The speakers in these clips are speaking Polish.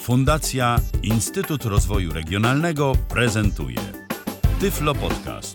Fundacja Instytut Rozwoju Regionalnego prezentuje Tyflo Podcast.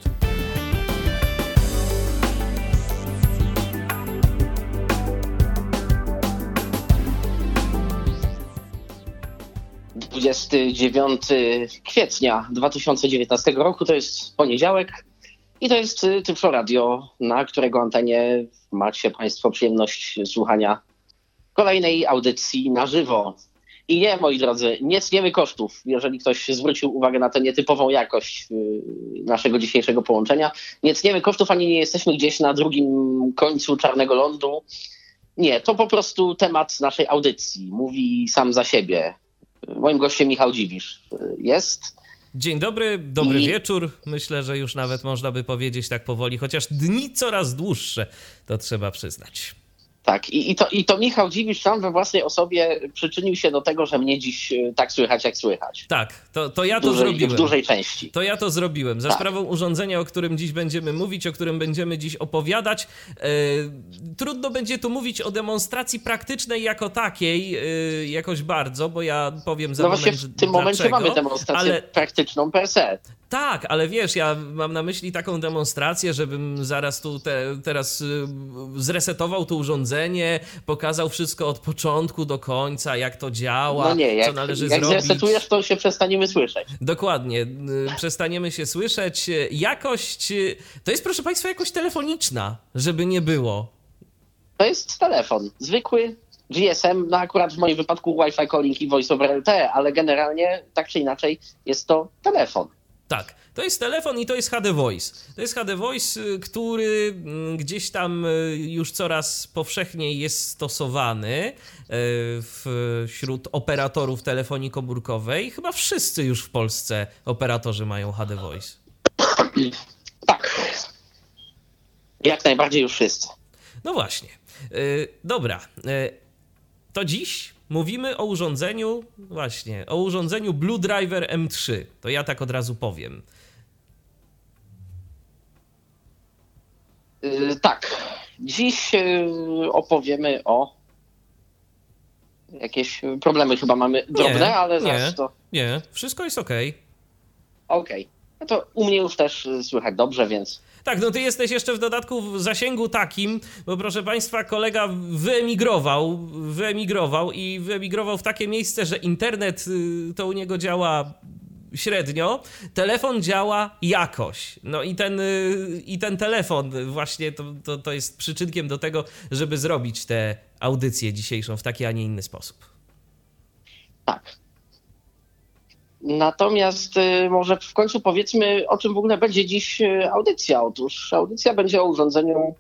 Kwietnia 2019 roku, to jest poniedziałek i to jest Tyflo Radio, na którego antenie macie Państwo przyjemność słuchania kolejnej audycji na żywo. I nie, moi drodzy, nie cniemy kosztów, jeżeli ktoś zwrócił uwagę na tę nietypową jakość naszego dzisiejszego połączenia. Nie cniemy kosztów, ani nie jesteśmy gdzieś na drugim końcu czarnego lądu. Nie, to po prostu temat naszej audycji. Mówi sam za siebie. Moim gościem Michał Dziwisz jest. Dzień dobry, dobry wieczór. Myślę, że już nawet można by powiedzieć tak powoli, chociaż dni coraz dłuższe, to trzeba przyznać. Tak, i to Michał Dziwisz sam we własnej osobie przyczynił się do tego, że mnie dziś tak słychać, jak słychać. Tak, to ja to zrobiłem. W dużej części. To ja to zrobiłem. Za sprawą urządzenia, o którym dziś będziemy mówić, o którym będziemy dziś opowiadać. Trudno będzie tu mówić o demonstracji praktycznej jako takiej jakoś bardzo, bo ja powiem za moment właśnie w tym momencie mamy demonstrację praktyczną per se. Tak, ale wiesz, ja mam na myśli taką demonstrację, żebym zaraz tu teraz zresetował to urządzenie, pokazał wszystko od początku do końca, jak to działa, no nie, co należy jak zrobić. Jak zresetujesz, to się przestaniemy słyszeć. Dokładnie, przestaniemy się słyszeć. Jakość, to jest proszę Państwa jakość telefoniczna, żeby nie było. To jest telefon, zwykły GSM, no akurat w moim wypadku Wi-Fi calling i Voice over LTE, ale generalnie tak czy inaczej jest to telefon. Tak, to jest telefon i to jest HD Voice. To jest HD Voice, który gdzieś tam już coraz powszechniej jest stosowany wśród operatorów telefonii komórkowej. Chyba wszyscy już w Polsce operatorzy mają HD Voice. Tak, jak najbardziej już wszyscy. No właśnie. Dobra, to dziś mówimy o urządzeniu, właśnie, o urządzeniu Blue Driver M3. To ja tak od razu powiem. Tak. Dziś opowiemy o... Jakieś problemy chyba mamy drobne, ale zaraz to... Nie, wszystko jest okej. Okej. No to u mnie już też słychać dobrze, więc... Tak, no ty jesteś jeszcze w dodatku w zasięgu takim, bo proszę Państwa, kolega wyemigrował w takie miejsce, że internet to u niego działa średnio, telefon działa jakoś. No i ten telefon właśnie to jest przyczynkiem do tego, żeby zrobić tę audycję dzisiejszą w taki, a nie inny sposób. Tak. Natomiast może w końcu powiedzmy, o czym w ogóle będzie dziś audycja. Otóż audycja będzie o urządzeniu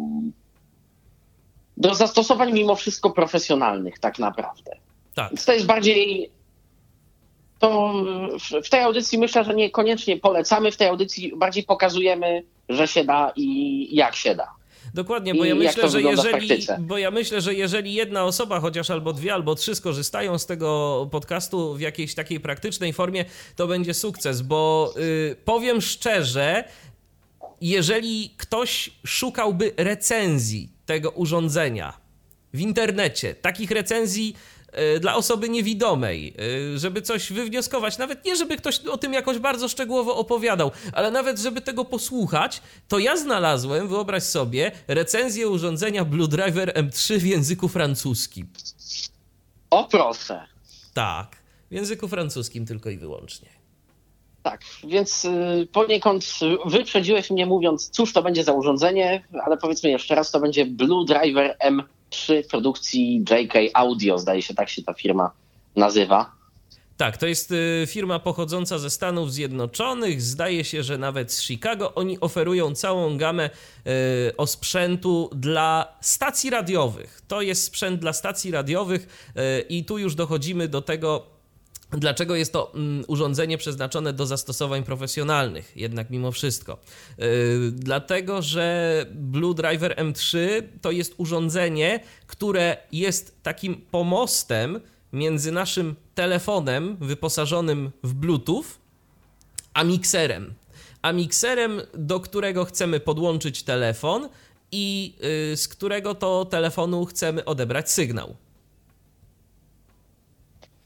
do zastosowań mimo wszystko profesjonalnych tak naprawdę. Tak. Więc to jest bardziej... To w tej audycji myślę, że niekoniecznie polecamy. W tej audycji bardziej pokazujemy, że się da i jak się da. Dokładnie, bo ja myślę, że jeżeli jedna osoba, chociaż albo dwie, albo trzy skorzystają z tego podcastu w jakiejś takiej praktycznej formie, to będzie sukces, bo powiem szczerze, jeżeli ktoś szukałby recenzji tego urządzenia w internecie, takich recenzji dla osoby niewidomej, żeby coś wywnioskować, nawet nie żeby ktoś o tym jakoś bardzo szczegółowo opowiadał, ale nawet żeby tego posłuchać, to ja znalazłem, wyobraź sobie, recenzję urządzenia Blue Driver M3 w języku francuskim. O proszę. Tak, w języku francuskim tylko i wyłącznie. Tak, więc poniekąd wyprzedziłeś mnie mówiąc, cóż to będzie za urządzenie, ale powiedzmy jeszcze raz, to będzie Blue Driver M3 w produkcji JK Audio, zdaje się, tak się ta firma nazywa. Tak, to jest firma pochodząca ze Stanów Zjednoczonych, zdaje się, że nawet z Chicago. Oni oferują całą gamę osprzętu dla stacji radiowych. To jest sprzęt dla stacji radiowych i tu już dochodzimy do tego, dlaczego jest to urządzenie przeznaczone do zastosowań profesjonalnych, jednak mimo wszystko. Dlatego, że Blue Driver M3 to jest urządzenie, które jest takim pomostem między naszym telefonem wyposażonym w Bluetooth, a mikserem. A mikserem, do którego chcemy podłączyć telefon i z którego to telefonu chcemy odebrać sygnał.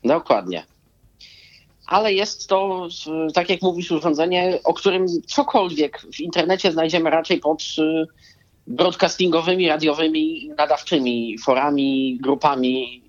Dokładnie. Ale jest to, tak jak mówisz, urządzenie, o którym cokolwiek w internecie znajdziemy raczej pod broadcastingowymi, radiowymi, nadawczymi forami, grupami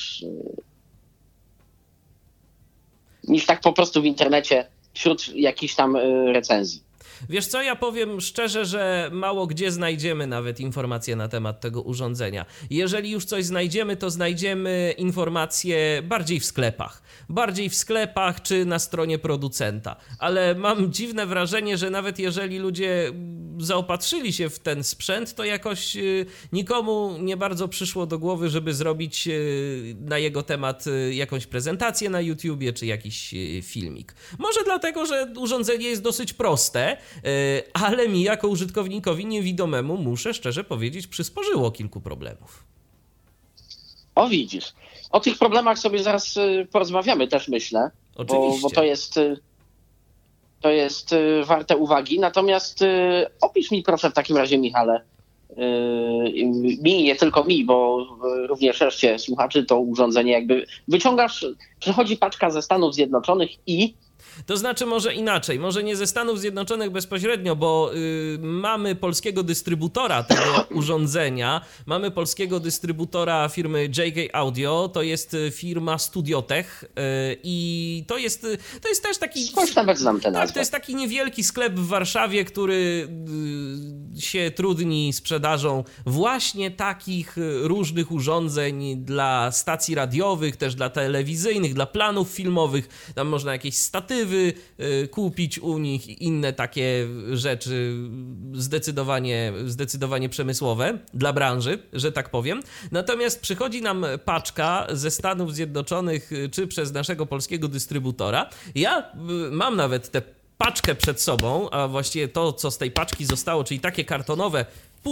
niż tak po prostu w internecie wśród jakichś tam recenzji. Wiesz co, ja powiem szczerze, że mało gdzie znajdziemy nawet informacje na temat tego urządzenia. Jeżeli już coś znajdziemy, to znajdziemy informacje bardziej w sklepach czy na stronie producenta. Ale mam dziwne wrażenie, że nawet jeżeli ludzie zaopatrzyli się w ten sprzęt, to jakoś nikomu nie bardzo przyszło do głowy, żeby zrobić na jego temat jakąś prezentację na YouTubie czy jakiś filmik. Może dlatego, że urządzenie jest dosyć proste, ale mi jako użytkownikowi niewidomemu, muszę szczerze powiedzieć, przysporzyło kilku problemów. O, widzisz. O tych problemach sobie zaraz porozmawiamy też, myślę. Oczywiście. Bo to jest warte uwagi. Natomiast opisz mi proszę w takim razie, Michale, mi, nie tylko mi, bo również reszcie słuchaczy, to urządzenie jakby przychodzi paczka ze Stanów Zjednoczonych i... To znaczy może inaczej, może nie ze Stanów Zjednoczonych bezpośrednio, bo mamy polskiego dystrybutora tego urządzenia, mamy polskiego dystrybutora firmy JK Audio, to jest firma Studiotech i to jest też taki... Skąd nawet znam tę nazwę. Tak, to jest taki niewielki sklep w Warszawie, który się trudni sprzedażą właśnie takich różnych urządzeń dla stacji radiowych, też dla telewizyjnych, dla planów filmowych, tam można jakieś statywy kupić u nich i inne takie rzeczy zdecydowanie przemysłowe dla branży, że tak powiem. Natomiast przychodzi nam paczka ze Stanów Zjednoczonych czy przez naszego polskiego dystrybutora. Ja mam nawet tę paczkę przed sobą, a właściwie to, co z tej paczki zostało, czyli takie kartonowe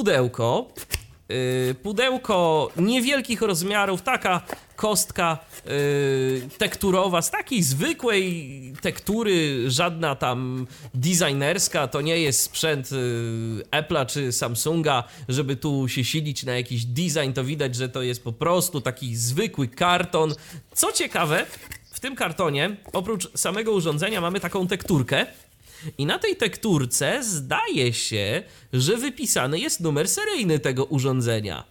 pudełko niewielkich rozmiarów, taka kostka tekturowa z takiej zwykłej tektury, żadna tam designerska, to nie jest sprzęt Apple'a czy Samsunga, żeby tu się silić na jakiś design, to widać, że to jest po prostu taki zwykły karton. Co ciekawe, w tym kartonie oprócz samego urządzenia mamy taką tekturkę, i na tej tekturce zdaje się, że wypisany jest numer seryjny tego urządzenia.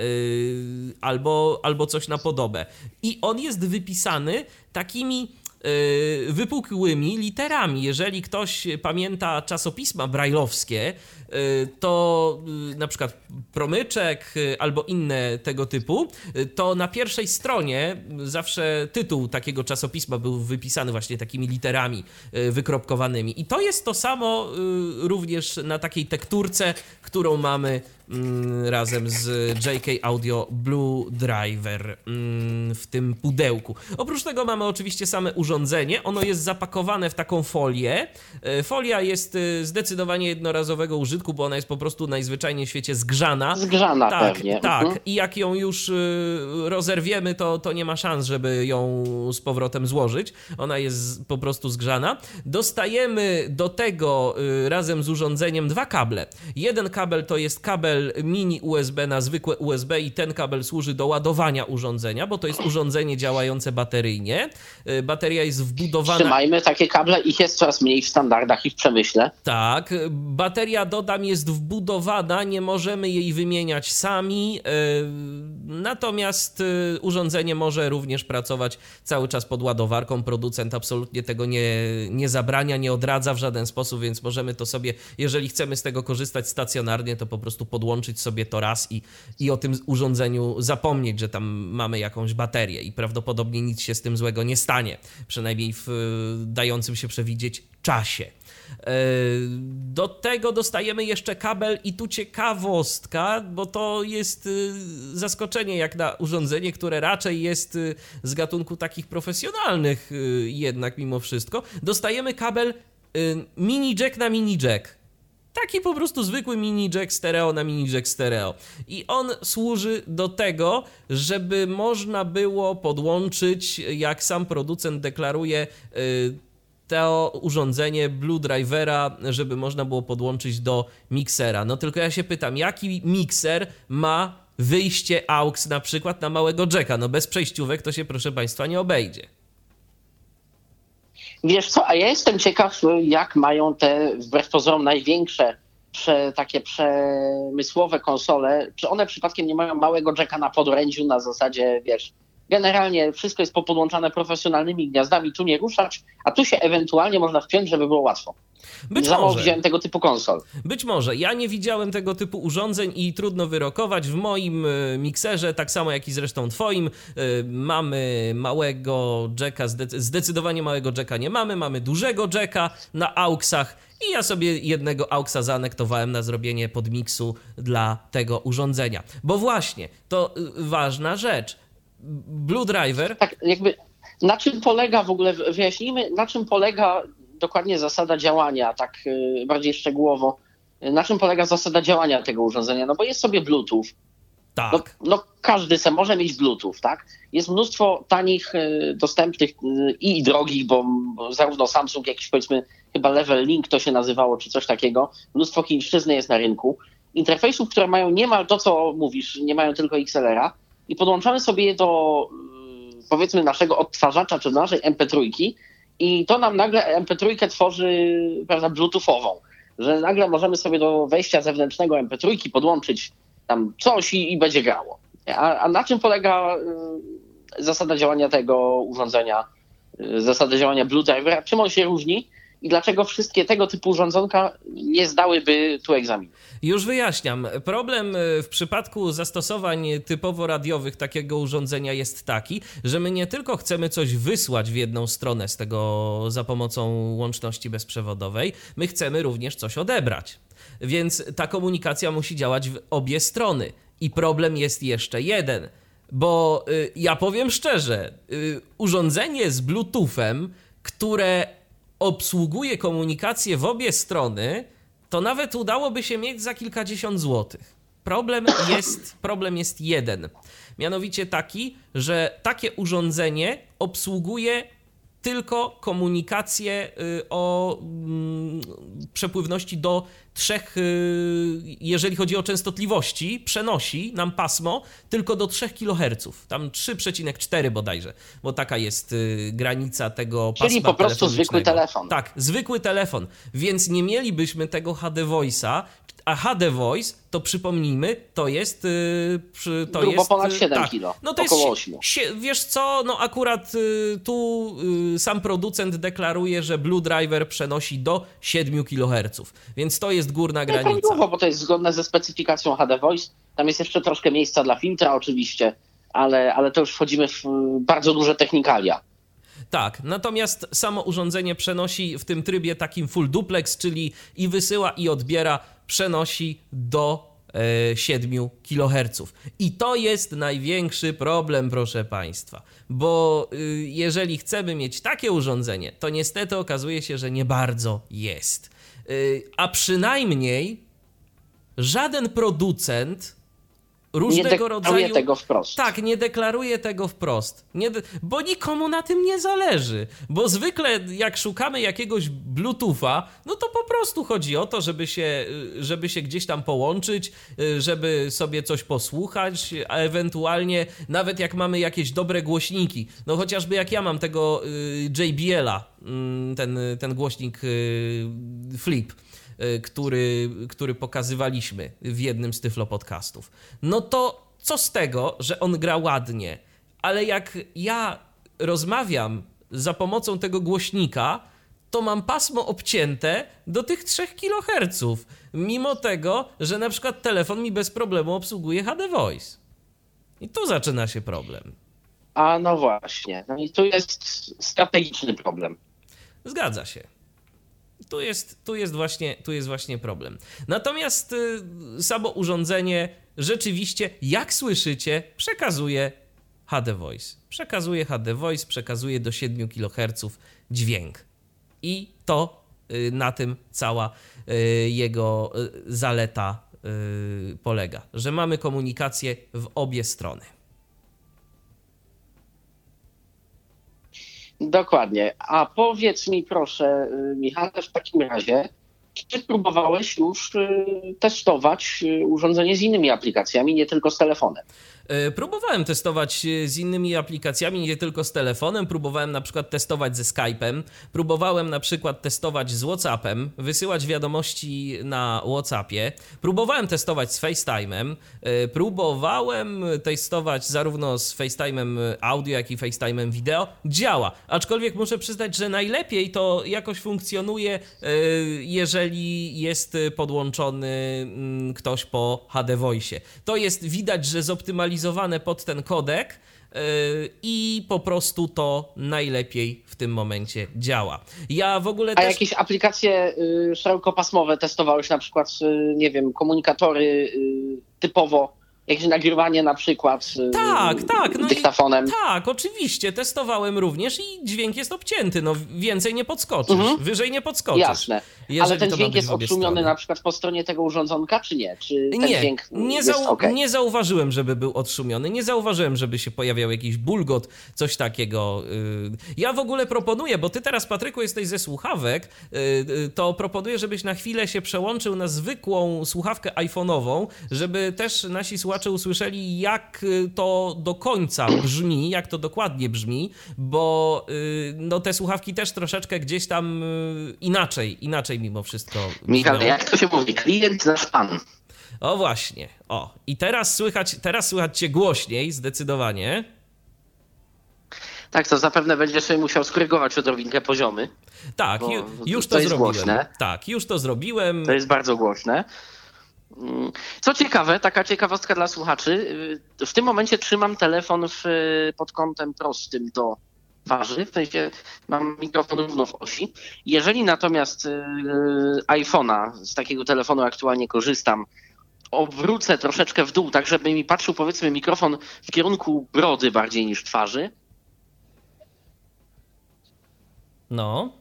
Albo coś na podobę. I on jest wypisany takimi wypukłymi literami. Jeżeli ktoś pamięta czasopisma brajlowskie, to na przykład promyczek albo inne tego typu, to na pierwszej stronie zawsze tytuł takiego czasopisma był wypisany właśnie takimi literami wykropkowanymi. I to jest to samo również na takiej tekturce, którą mamy razem z JK Audio Blue Driver w tym pudełku. Oprócz tego mamy oczywiście same urządzenie. Ono jest zapakowane w taką folię. Folia jest zdecydowanie jednorazowego użytku, bo ona jest po prostu najzwyczajniej w świecie zgrzana. Zgrzana tak, pewnie. Tak, i jak ją już rozerwiemy, to nie ma szans, żeby ją z powrotem złożyć. Ona jest po prostu zgrzana. Dostajemy do tego razem z urządzeniem dwa kable. Jeden kabel to jest kabel mini USB na zwykłe USB i ten kabel służy do ładowania urządzenia, bo to jest urządzenie działające bateryjnie. Bateria jest wbudowana... Trzymajmy, takie kable, ich jest coraz mniej w standardach i w przemyśle. Tak, bateria, dodam, jest wbudowana, nie możemy jej wymieniać sami, natomiast urządzenie może również pracować cały czas pod ładowarką. Producent absolutnie tego nie zabrania, nie odradza w żaden sposób, więc możemy to sobie, jeżeli chcemy z tego korzystać stacjonarnie, to po prostu podłączyć sobie to raz i o tym urządzeniu zapomnieć, że tam mamy jakąś baterię i prawdopodobnie nic się z tym złego nie stanie, przynajmniej w dającym się przewidzieć czasie. Do tego dostajemy jeszcze kabel i tu ciekawostka, bo to jest zaskoczenie jak na urządzenie, które raczej jest z gatunku takich profesjonalnych jednak mimo wszystko. Dostajemy kabel mini jack na mini jack. Taki po prostu zwykły mini jack stereo na mini jack stereo. I on służy do tego, żeby można było podłączyć, jak sam producent deklaruje, to urządzenie Blue Drivera, żeby można było podłączyć do miksera. No tylko ja się pytam, jaki mikser ma wyjście AUX na przykład na małego jacka. No bez przejściówek to się, proszę Państwa, nie obejdzie. Wiesz co, a ja jestem ciekaw, jak mają te wbrew pozorom największe takie przemysłowe konsole, czy one przypadkiem nie mają małego jacka na podorędziu na zasadzie, wiesz, generalnie wszystko jest popodłączane profesjonalnymi gniazdami, tu nie ruszać, a tu się ewentualnie można wpiąć, żeby było łatwo. Być Za mało może. widziałem tego typu konsol. Być może. Ja nie widziałem tego typu urządzeń i trudno wyrokować. W moim mikserze, tak samo jak i zresztą twoim, mamy małego jacka, zdecydowanie małego jacka nie mamy. Mamy dużego jacka na AUXach i ja sobie jednego AUXa zaanektowałem na zrobienie podmiksu dla tego urządzenia. Bo właśnie, to ważna rzecz. Blue Driver... Tak, jakby na czym polega w ogóle, wyjaśnijmy, na czym polega dokładnie zasada działania, tak bardziej szczegółowo, na czym polega zasada działania tego urządzenia, no bo jest sobie Bluetooth, Tak. no każdy se może mieć Bluetooth, tak? Jest mnóstwo tanich, dostępnych i drogich, bo zarówno Samsung, jak i powiedzmy chyba Level Link to się nazywało, czy coś takiego, mnóstwo chińszczyzny jest na rynku, interfejsów, które mają niemal to, co mówisz, nie mają tylko XLR-a i podłączamy sobie je do powiedzmy naszego odtwarzacza, czy do naszej MP3 i to nam nagle MP3 tworzy, prawda, bluetoothową, że nagle możemy sobie do wejścia zewnętrznego MP3 podłączyć tam coś i będzie grało. A na czym polega zasada działania tego urządzenia, zasada działania Blue Drivera? Czym on się różni i dlaczego wszystkie tego typu urządzonka nie zdałyby tu egzaminu? Już wyjaśniam. Problem w przypadku zastosowań typowo radiowych takiego urządzenia jest taki, że my nie tylko chcemy coś wysłać w jedną stronę z tego za pomocą łączności bezprzewodowej, my chcemy również coś odebrać. Więc ta komunikacja musi działać w obie strony. I problem jest jeszcze jeden, bo ja powiem szczerze, urządzenie z Bluetoothem, które obsługuje komunikację w obie strony, to nawet udałoby się mieć za kilkadziesiąt złotych. Problem jest jeden. Mianowicie taki, że takie urządzenie obsługuje tylko komunikację o przepływności do 3, jeżeli chodzi o częstotliwości, przenosi nam pasmo tylko do 3 kHz. Tam 3,4 bodajże, bo taka jest granica tego pasma. Czyli po prostu zwykły telefon. Tak, zwykły telefon, więc nie mielibyśmy tego HD Voice'a, a HD Voice, to przypomnijmy, to jest... Grubo ponad 7 tak, kilo, no to około jest, 8. Wiesz co, no akurat tu sam producent deklaruje, że Blue Driver przenosi do 7 kHz, więc to jest górna granica. Prawidłowo, bo to jest zgodne ze specyfikacją HD Voice. Tam jest jeszcze troszkę miejsca dla filtra oczywiście, ale to już wchodzimy w bardzo duże technikalia. Tak, natomiast samo urządzenie przenosi w tym trybie takim full duplex, czyli i wysyła, i odbiera, przenosi do 7 kHz. I to jest największy problem, proszę Państwa, bo jeżeli chcemy mieć takie urządzenie, to niestety okazuje się, że nie bardzo jest. A przynajmniej żaden producent różnego rodzaju... Nie deklaruje tego wprost. Tak, nie deklaruje tego wprost. Bo nikomu na tym nie zależy. Bo zwykle jak szukamy jakiegoś Bluetootha, no to po prostu chodzi o to, żeby się gdzieś tam połączyć, żeby sobie coś posłuchać, a ewentualnie nawet jak mamy jakieś dobre głośniki, no chociażby jak ja mam tego JBL-a, ten głośnik Flip, który pokazywaliśmy w jednym z Tyflo Podcastów. No to co z tego, że on gra ładnie, ale jak ja rozmawiam za pomocą tego głośnika, to mam pasmo obcięte do tych 3 kHz, mimo tego, że na przykład telefon mi bez problemu obsługuje HD Voice. I tu zaczyna się problem. A no właśnie, no i tu jest strategiczny problem. Zgadza się. Tu jest właśnie problem. Natomiast samo urządzenie rzeczywiście, jak słyszycie, przekazuje HD Voice. Przekazuje do 7 kHz dźwięk. I to na tym cała jego zaleta polega, że mamy komunikację w obie strony. Dokładnie. A powiedz mi proszę, Michale, w takim razie, czy próbowałeś już testować urządzenie z innymi aplikacjami, nie tylko z telefonem? Próbowałem testować z innymi aplikacjami, nie tylko z telefonem. Próbowałem na przykład testować ze Skype'em. Próbowałem na przykład testować z WhatsAppem, wysyłać wiadomości na WhatsAppie. Próbowałem testować z FaceTime'em. Próbowałem testować zarówno z FaceTime'em audio, jak i FaceTime'em wideo. Działa. Aczkolwiek muszę przyznać, że najlepiej to jakoś funkcjonuje, jeżeli jest podłączony ktoś po HD Voice. To jest widać, że zoptymalizowane pod ten kodek i po prostu to najlepiej w tym momencie działa. Ja w ogóle też... jakieś aplikacje szerokopasmowe testowałeś, na przykład, nie wiem, komunikatory typowo, jakieś nagrywanie na przykład no dyktafonem? Tak, oczywiście, testowałem również i dźwięk jest obcięty, no więcej nie podskoczysz, wyżej nie podskoczysz. Jasne, ale ten dźwięk jest odszumiony na przykład po stronie tego urządzonka, czy nie? Czy ten dźwięk jest okay? Nie zauważyłem, żeby był odszumiony, nie zauważyłem, żeby się pojawiał jakiś bulgot, coś takiego. Ja w ogóle proponuję, bo ty teraz, Patryku, jesteś ze słuchawek, to proponuję, żebyś na chwilę się przełączył na zwykłą słuchawkę iPhone'ową, żeby też nasi słuchacze usłyszeli, jak to do końca brzmi, jak to dokładnie brzmi, bo no, te słuchawki też troszeczkę gdzieś tam inaczej mimo wszystko brzmią. Michał, jak to się mówi? Klient nasz pan. O właśnie, i teraz słychać cię głośniej, zdecydowanie. Tak, to zapewne będziesz sobie musiał skorygować odrobinkę poziomy. Tak, już to zrobiłem. Głośne. Tak, już to zrobiłem. To jest bardzo głośne. Co ciekawe, taka ciekawostka dla słuchaczy, w tym momencie trzymam telefon pod kątem prostym do twarzy, w sensie mam mikrofon równo w osi. Jeżeli natomiast iPhone'a, z takiego telefonu aktualnie korzystam, obrócę troszeczkę w dół, tak żeby mi patrzył, powiedzmy, mikrofon w kierunku brody bardziej niż twarzy. No.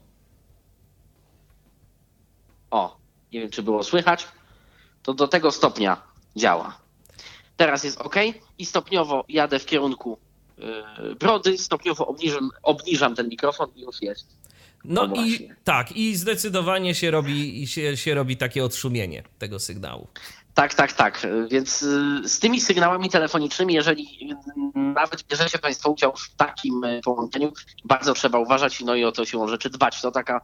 Nie wiem, czy było słychać. To do tego stopnia działa. Teraz jest OK i stopniowo jadę w kierunku brody, stopniowo obniżam ten mikrofon i już jest. No i tak, i zdecydowanie się robi takie odszumienie tego sygnału. Tak. Więc z tymi sygnałami telefonicznymi, jeżeli nawet bierzecie Państwo udział w takim połączeniu, bardzo trzeba uważać, no i o to siłą rzeczy dbać. To taka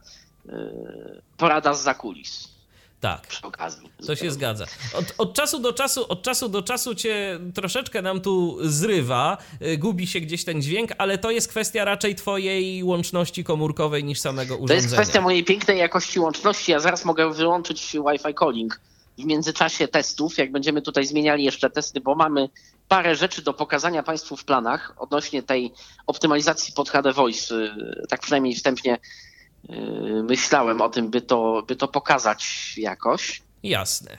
porada zza kulis. Tak, przy okazji. To się zgadza. Od czasu do czasu cię troszeczkę nam tu zrywa, gubi się gdzieś ten dźwięk, ale to jest kwestia raczej twojej łączności komórkowej niż samego urządzenia. To jest kwestia mojej pięknej jakości łączności. Ja zaraz mogę wyłączyć Wi-Fi calling w międzyczasie testów, jak będziemy tutaj zmieniali jeszcze testy, bo mamy parę rzeczy do pokazania Państwu w planach odnośnie tej optymalizacji pod HD Voice. Tak przynajmniej wstępnie myślałem o tym, by to pokazać jakoś. Jasne.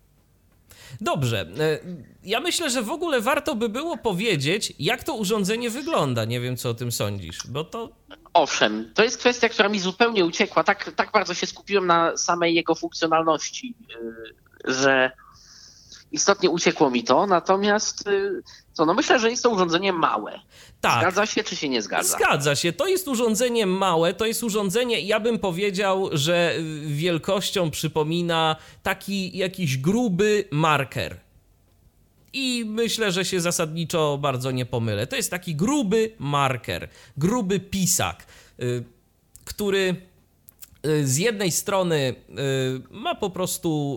Dobrze. Ja myślę, że w ogóle warto by było powiedzieć, jak to urządzenie wygląda. Nie wiem, co o tym sądzisz, bo to... Owszem, to jest kwestia, która mi zupełnie uciekła. Tak bardzo się skupiłem na samej jego funkcjonalności, istotnie uciekło mi to, natomiast myślę, że jest to urządzenie małe. Tak. Zgadza się, czy się nie zgadza? Zgadza się. To jest urządzenie małe, to jest urządzenie, ja bym powiedział, że wielkością przypomina taki jakiś gruby marker. I myślę, że się zasadniczo bardzo nie pomylę. To jest taki gruby marker, gruby pisak, który z jednej strony ma po prostu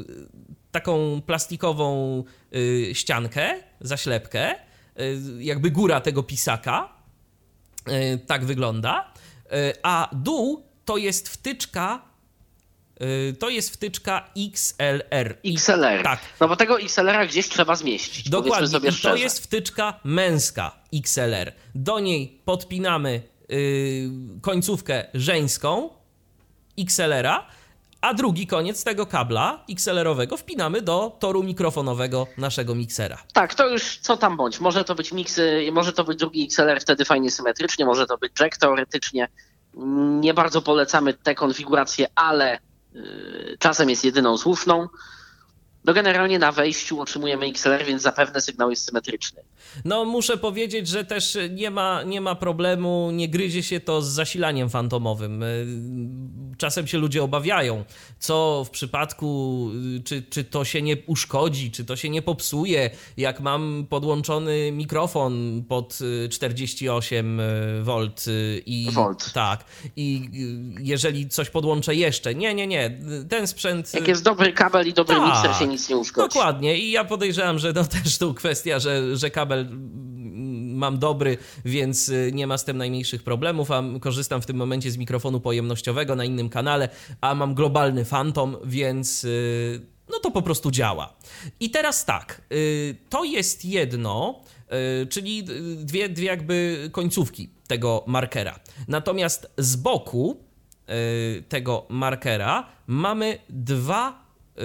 taką plastikową ściankę, zaślepkę, jakby góra tego pisaka, tak wygląda, a dół to jest wtyczka XLR. XLR. Tak. No bo tego XLR-a gdzieś trzeba zmieścić. Dokładnie. Sobie I to jest wtyczka męska XLR. Do niej podpinamy końcówkę żeńską XLR-a, a drugi koniec tego kabla XLR-owego wpinamy do toru mikrofonowego naszego miksera. Tak, to już co tam bądź. Może to być może to być drugi XLR wtedy fajnie symetrycznie, może to być jack teoretycznie. Nie bardzo polecamy tę konfigurację, ale czasem jest jedyną słuszną. No generalnie na wejściu otrzymujemy XLR, więc zapewne sygnał jest symetryczny. No muszę powiedzieć, że też nie ma problemu, nie gryzie się to z zasilaniem fantomowym. czasem się ludzie obawiają, co w przypadku, czy to się nie uszkodzi, czy to się nie popsuje, jak mam podłączony mikrofon pod 48 V i tak, i jeżeli coś podłączę jeszcze, nie, ten sprzęt... Jak jest dobry kabel i dobry mikser, się nic nie uszkodzi. Dokładnie, i ja podejrzewam, że to też tu kwestia, że kabel mam dobry, więc nie ma z tym najmniejszych problemów, a korzystam w tym momencie z mikrofonu pojemnościowego na innym kanale, a mam globalny Phantom, więc no to po prostu działa. I teraz tak, to jest jedno, czyli dwie jakby końcówki tego markera. Natomiast z boku tego markera mamy dwa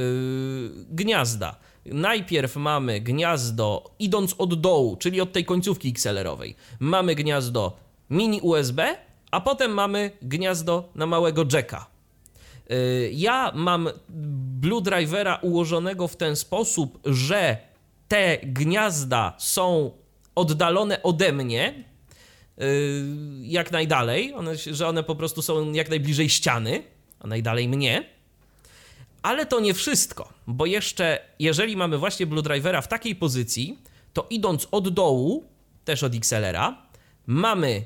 gniazda. Najpierw mamy gniazdo, idąc od dołu, czyli od tej końcówki XLR-owej, mamy gniazdo mini USB, a potem mamy gniazdo na małego jacka. Ja mam Blue Drivera ułożonego w ten sposób, że te gniazda są oddalone ode mnie jak najdalej, że one po prostu są jak najbliżej ściany, a najdalej mnie. Ale to nie wszystko, bo jeszcze jeżeli mamy właśnie Blue Drivera w takiej pozycji, to idąc od dołu, też od XLR-a, mamy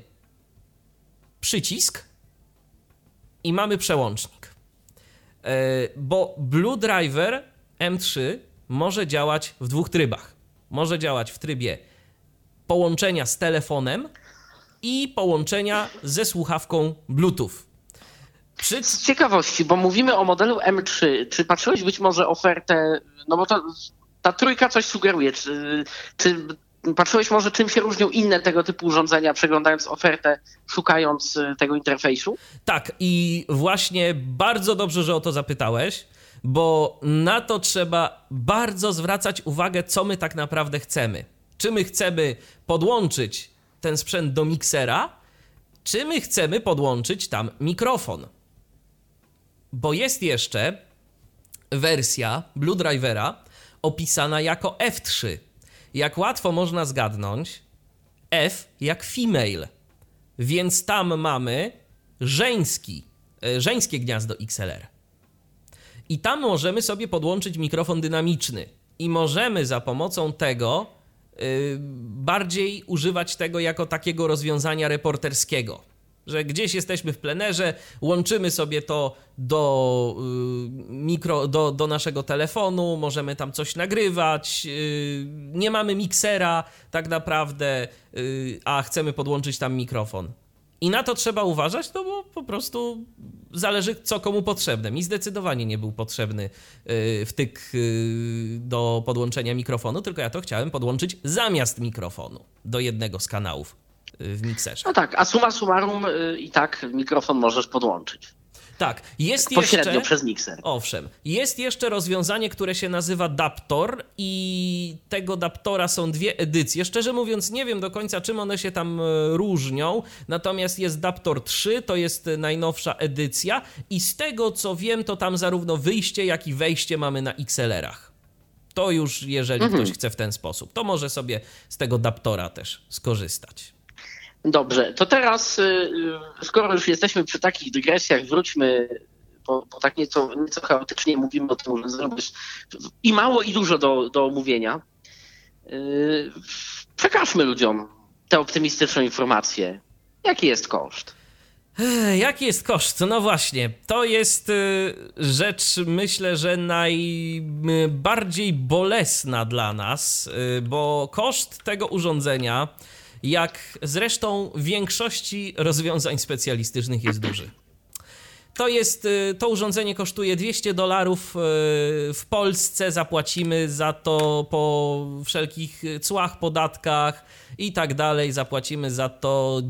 przycisk i mamy przełącznik. Bo Blue Driver M3 może działać w dwóch trybach. Może działać w trybie połączenia z telefonem i połączenia ze słuchawką Bluetooth. Z ciekawości, bo mówimy o modelu M3. Czy patrzyłeś być może ofertę, no bo ta trójka coś sugeruje, czy patrzyłeś może czym się różnią inne tego typu urządzenia, przeglądając ofertę, szukając tego interfejsu? Tak, i właśnie bardzo dobrze, że o to zapytałeś, bo na to trzeba bardzo zwracać uwagę, co my tak naprawdę chcemy. Czy my chcemy podłączyć ten sprzęt do miksera, czy my chcemy podłączyć tam mikrofon. Bo jest jeszcze wersja Blue Drivera opisana jako F3. Jak łatwo można zgadnąć, F jak female. Więc tam mamy żeńskie gniazdo XLR. I tam możemy sobie podłączyć mikrofon dynamiczny. I możemy za pomocą tego bardziej używać tego jako takiego rozwiązania reporterskiego. Że gdzieś jesteśmy w plenerze, łączymy sobie to do naszego telefonu, możemy tam coś nagrywać, nie mamy miksera tak naprawdę, a chcemy podłączyć tam mikrofon. I na to trzeba uważać, no bo po prostu zależy, co komu potrzebne. Mi zdecydowanie nie był potrzebny wtyk do podłączenia mikrofonu, tylko ja to chciałem podłączyć zamiast mikrofonu do jednego z kanałów w mikserze. No tak, a summa summarum i tak mikrofon możesz podłączyć. Tak, jest pośrednio jeszcze, przez mikser. Owszem, jest jeszcze rozwiązanie, które się nazywa Daptor i tego Daptora są dwie edycje. Szczerze mówiąc nie wiem do końca, czym one się tam różnią, natomiast jest Daptor 3, to jest najnowsza edycja i z tego co wiem, to tam zarówno wyjście, jak i wejście mamy na XLR-ach. To już jeżeli ktoś chce w ten sposób, to może sobie z tego Daptora też skorzystać. Dobrze, to teraz, skoro już jesteśmy przy takich dygresjach, wróćmy, bo tak nieco chaotycznie mówimy o tym urządzeniu, i mało, i dużo do omówienia. Przekażmy ludziom tę optymistyczną informację. Jaki jest koszt? Jaki jest koszt? No właśnie, to jest rzecz, myślę, że najbardziej bolesna dla nas, bo koszt tego urządzenia, jak zresztą większości rozwiązań specjalistycznych, jest duży. To urządzenie kosztuje $200 w Polsce, zapłacimy za to po wszelkich cłach, podatkach i tak dalej, zapłacimy za to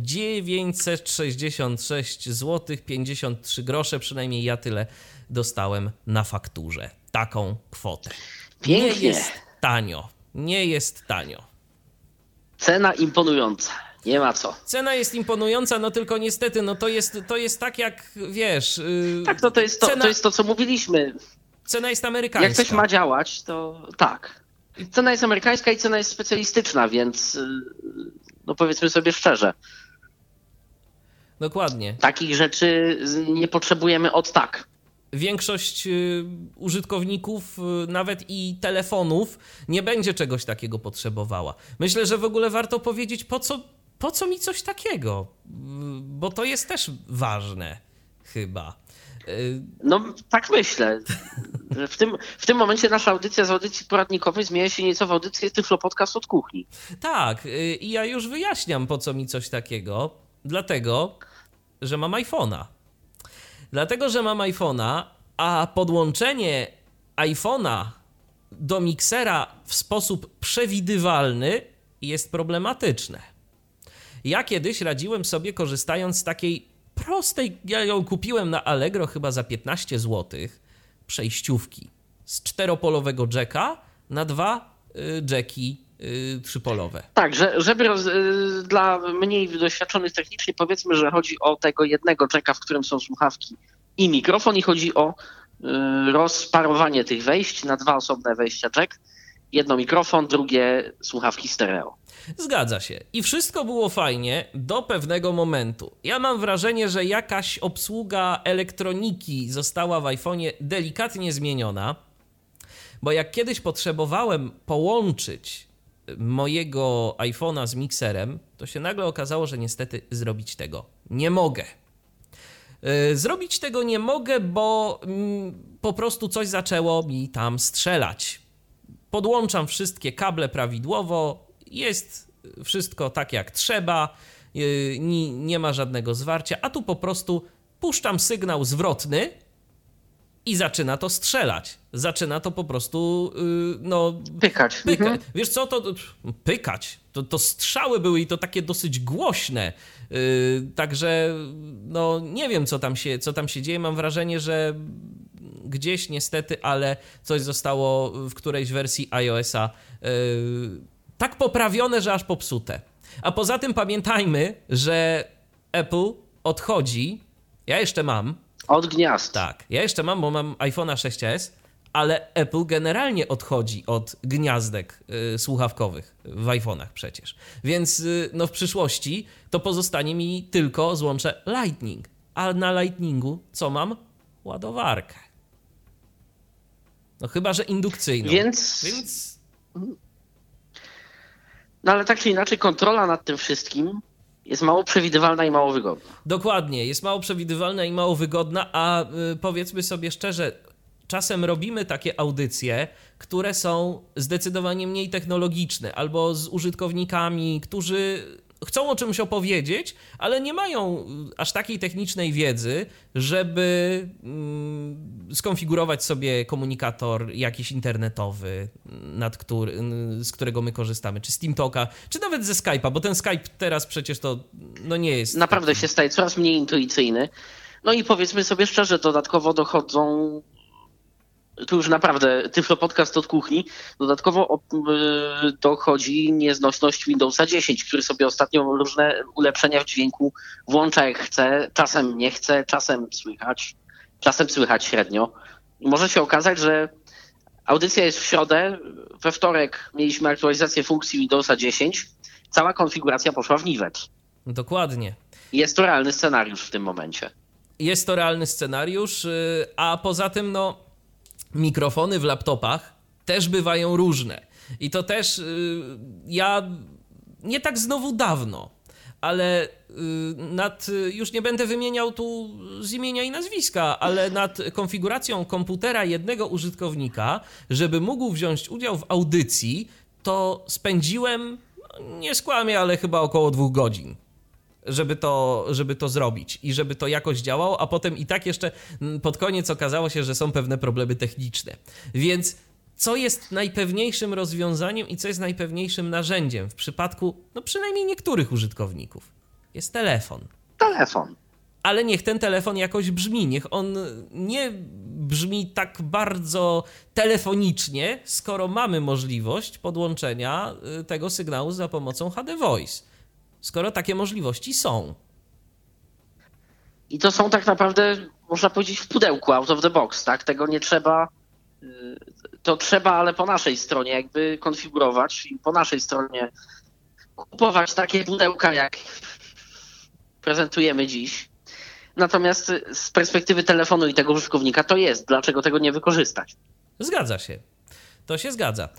966 zł 53 grosze, przynajmniej ja tyle dostałem na fakturze. Taką kwotę. Pięknie. Nie jest tanio, nie jest tanio. Cena imponująca. Nie ma co. Cena jest imponująca, no tylko niestety, no to jest tak jak, wiesz... Tak, to jest to, co mówiliśmy. Cena jest amerykańska. Jak coś ma działać, to tak. Cena jest amerykańska i cena jest specjalistyczna, więc no powiedzmy sobie szczerze. Dokładnie. Takich rzeczy nie potrzebujemy od tak. Większość użytkowników, nawet i telefonów, nie będzie czegoś takiego potrzebowała. Myślę, że w ogóle warto powiedzieć, po co mi coś takiego, bo to jest też ważne chyba. No tak myślę. W tym momencie nasza audycja z audycji poradnikowej zmienia się nieco w audycję Tyflo Podcast od kuchni. Tak, i ja już wyjaśniam, po co mi coś takiego. Dlatego, że mam iPhone'a. A podłączenie iPhone'a do miksera w sposób przewidywalny jest problematyczne. Ja kiedyś radziłem sobie korzystając z takiej prostej, ja ją kupiłem na Allegro chyba za 15 zł, przejściówki z 4-polowego jacka na 2 jacki 3-polowe. Tak, żeby dla mniej doświadczonych technicznie powiedzmy, że chodzi o tego jednego jacka, w którym są słuchawki i mikrofon i chodzi o rozparowanie tych wejść na 2 osobne wejścia jack. Jedno mikrofon, drugie słuchawki stereo. Zgadza się. I wszystko było fajnie do pewnego momentu. Ja mam wrażenie, że jakaś obsługa elektroniki została w iPhone'ie delikatnie zmieniona, bo jak kiedyś potrzebowałem połączyć mojego iPhone'a z mikserem, to się nagle okazało, że niestety zrobić tego nie mogę. Bo po prostu coś zaczęło mi tam strzelać. Podłączam wszystkie kable prawidłowo, jest wszystko tak jak trzeba, nie ma żadnego zwarcia, a tu po prostu puszczam sygnał zwrotny i zaczyna to strzelać. Zaczyna to po prostu Pykać. Wiesz co, pykać. To strzały były i to takie dosyć głośne. Także nie wiem, co tam się dzieje. Mam wrażenie, że gdzieś niestety, ale coś zostało w którejś wersji iOS-a tak poprawione, że aż popsute. A poza tym pamiętajmy, że Apple odchodzi. Ja jeszcze mam. Od gniazd. Tak, ja jeszcze mam, bo mam iPhone'a 6s, ale Apple generalnie odchodzi od gniazdek słuchawkowych w iPhone'ach przecież. Więc w przyszłości to pozostanie mi tylko złącze Lightning. A na Lightningu co mam? Ładowarkę. Chyba że indukcyjną. Więc... No ale tak czy inaczej kontrola nad tym wszystkim jest mało przewidywalna i mało wygodna. Dokładnie, jest mało przewidywalna i mało wygodna, a powiedzmy sobie szczerze, czasem robimy takie audycje, które są zdecydowanie mniej technologiczne, albo z użytkownikami, którzy chcą o czymś opowiedzieć, ale nie mają aż takiej technicznej wiedzy, żeby skonfigurować sobie komunikator jakiś internetowy, z którego my korzystamy, czy z TeamTalka, czy nawet ze Skype'a, bo ten Skype teraz przecież to nie jest... Naprawdę się staje coraz mniej intuicyjny. No i powiedzmy sobie szczerze, dodatkowo dochodzą... Tu już naprawdę Tyflo Podcast od kuchni. Dodatkowo dochodzi nieznośność Windowsa 10, który sobie ostatnio różne ulepszenia w dźwięku włącza jak chce, czasem nie chce, czasem słychać średnio. I może się okazać, że audycja jest w środę, we wtorek mieliśmy aktualizację funkcji Windowsa 10, cała konfiguracja poszła w niwecz. Dokładnie. Jest to realny scenariusz w tym momencie. Jest to realny scenariusz, a poza tym mikrofony w laptopach też bywają różne. I to też ja nie tak znowu dawno, ale już nie będę wymieniał tu z imienia i nazwiska, ale nad konfiguracją komputera jednego użytkownika, żeby mógł wziąć udział w audycji, to spędziłem, nie skłamię, ale chyba około 2 godzin. Żeby to zrobić i żeby to jakoś działało, a potem i tak jeszcze pod koniec okazało się, że są pewne problemy techniczne. Więc co jest najpewniejszym rozwiązaniem i co jest najpewniejszym narzędziem w przypadku, przynajmniej niektórych użytkowników? Jest telefon. Telefon. Ale niech ten telefon jakoś brzmi, niech on nie brzmi tak bardzo telefonicznie, skoro mamy możliwość podłączenia tego sygnału za pomocą HD Voice. Skoro takie możliwości są. I to są tak naprawdę, można powiedzieć, w pudełku, out of the box, tak? Tego nie trzeba, to trzeba, ale po naszej stronie jakby konfigurować i po naszej stronie kupować takie pudełka jak prezentujemy dziś. Natomiast z perspektywy telefonu i tego użytkownika to jest. Dlaczego tego nie wykorzystać? Zgadza się. To się zgadza.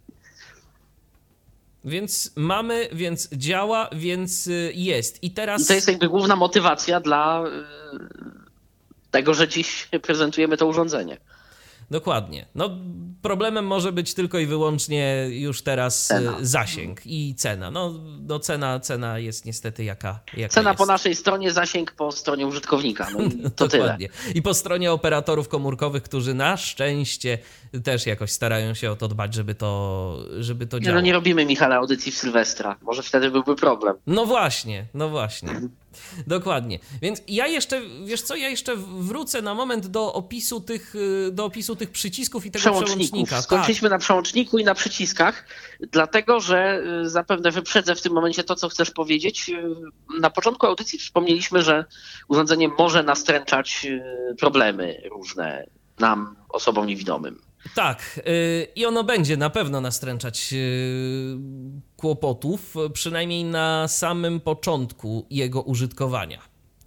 Więc mamy, więc działa, więc jest. I teraz... I to jest jakby główna motywacja dla tego, że dziś prezentujemy to urządzenie. Dokładnie. No, problemem może być tylko i wyłącznie już teraz zasięg i cena. No cena jest niestety jaka cena jest. Po naszej stronie, zasięg po stronie użytkownika. No i to Dokładnie. tyle. I po stronie operatorów komórkowych, którzy na szczęście też jakoś starają się o to dbać, żeby to działało. No nie robimy, Michale, audycji w Sylwestra. Może wtedy byłby problem. No właśnie. Dokładnie. Więc ja jeszcze, wiesz co, wrócę na moment do opisu tych przycisków i tego przełącznika. Skończyliśmy na przełączniku i na przyciskach, dlatego że zapewne wyprzedzę w tym momencie to, co chcesz powiedzieć. Na początku audycji wspomnieliśmy, że urządzenie może nastręczać problemy różne nam, osobom niewidomym. Tak, i ono będzie na pewno nastręczać kłopotów, przynajmniej na samym początku jego użytkowania.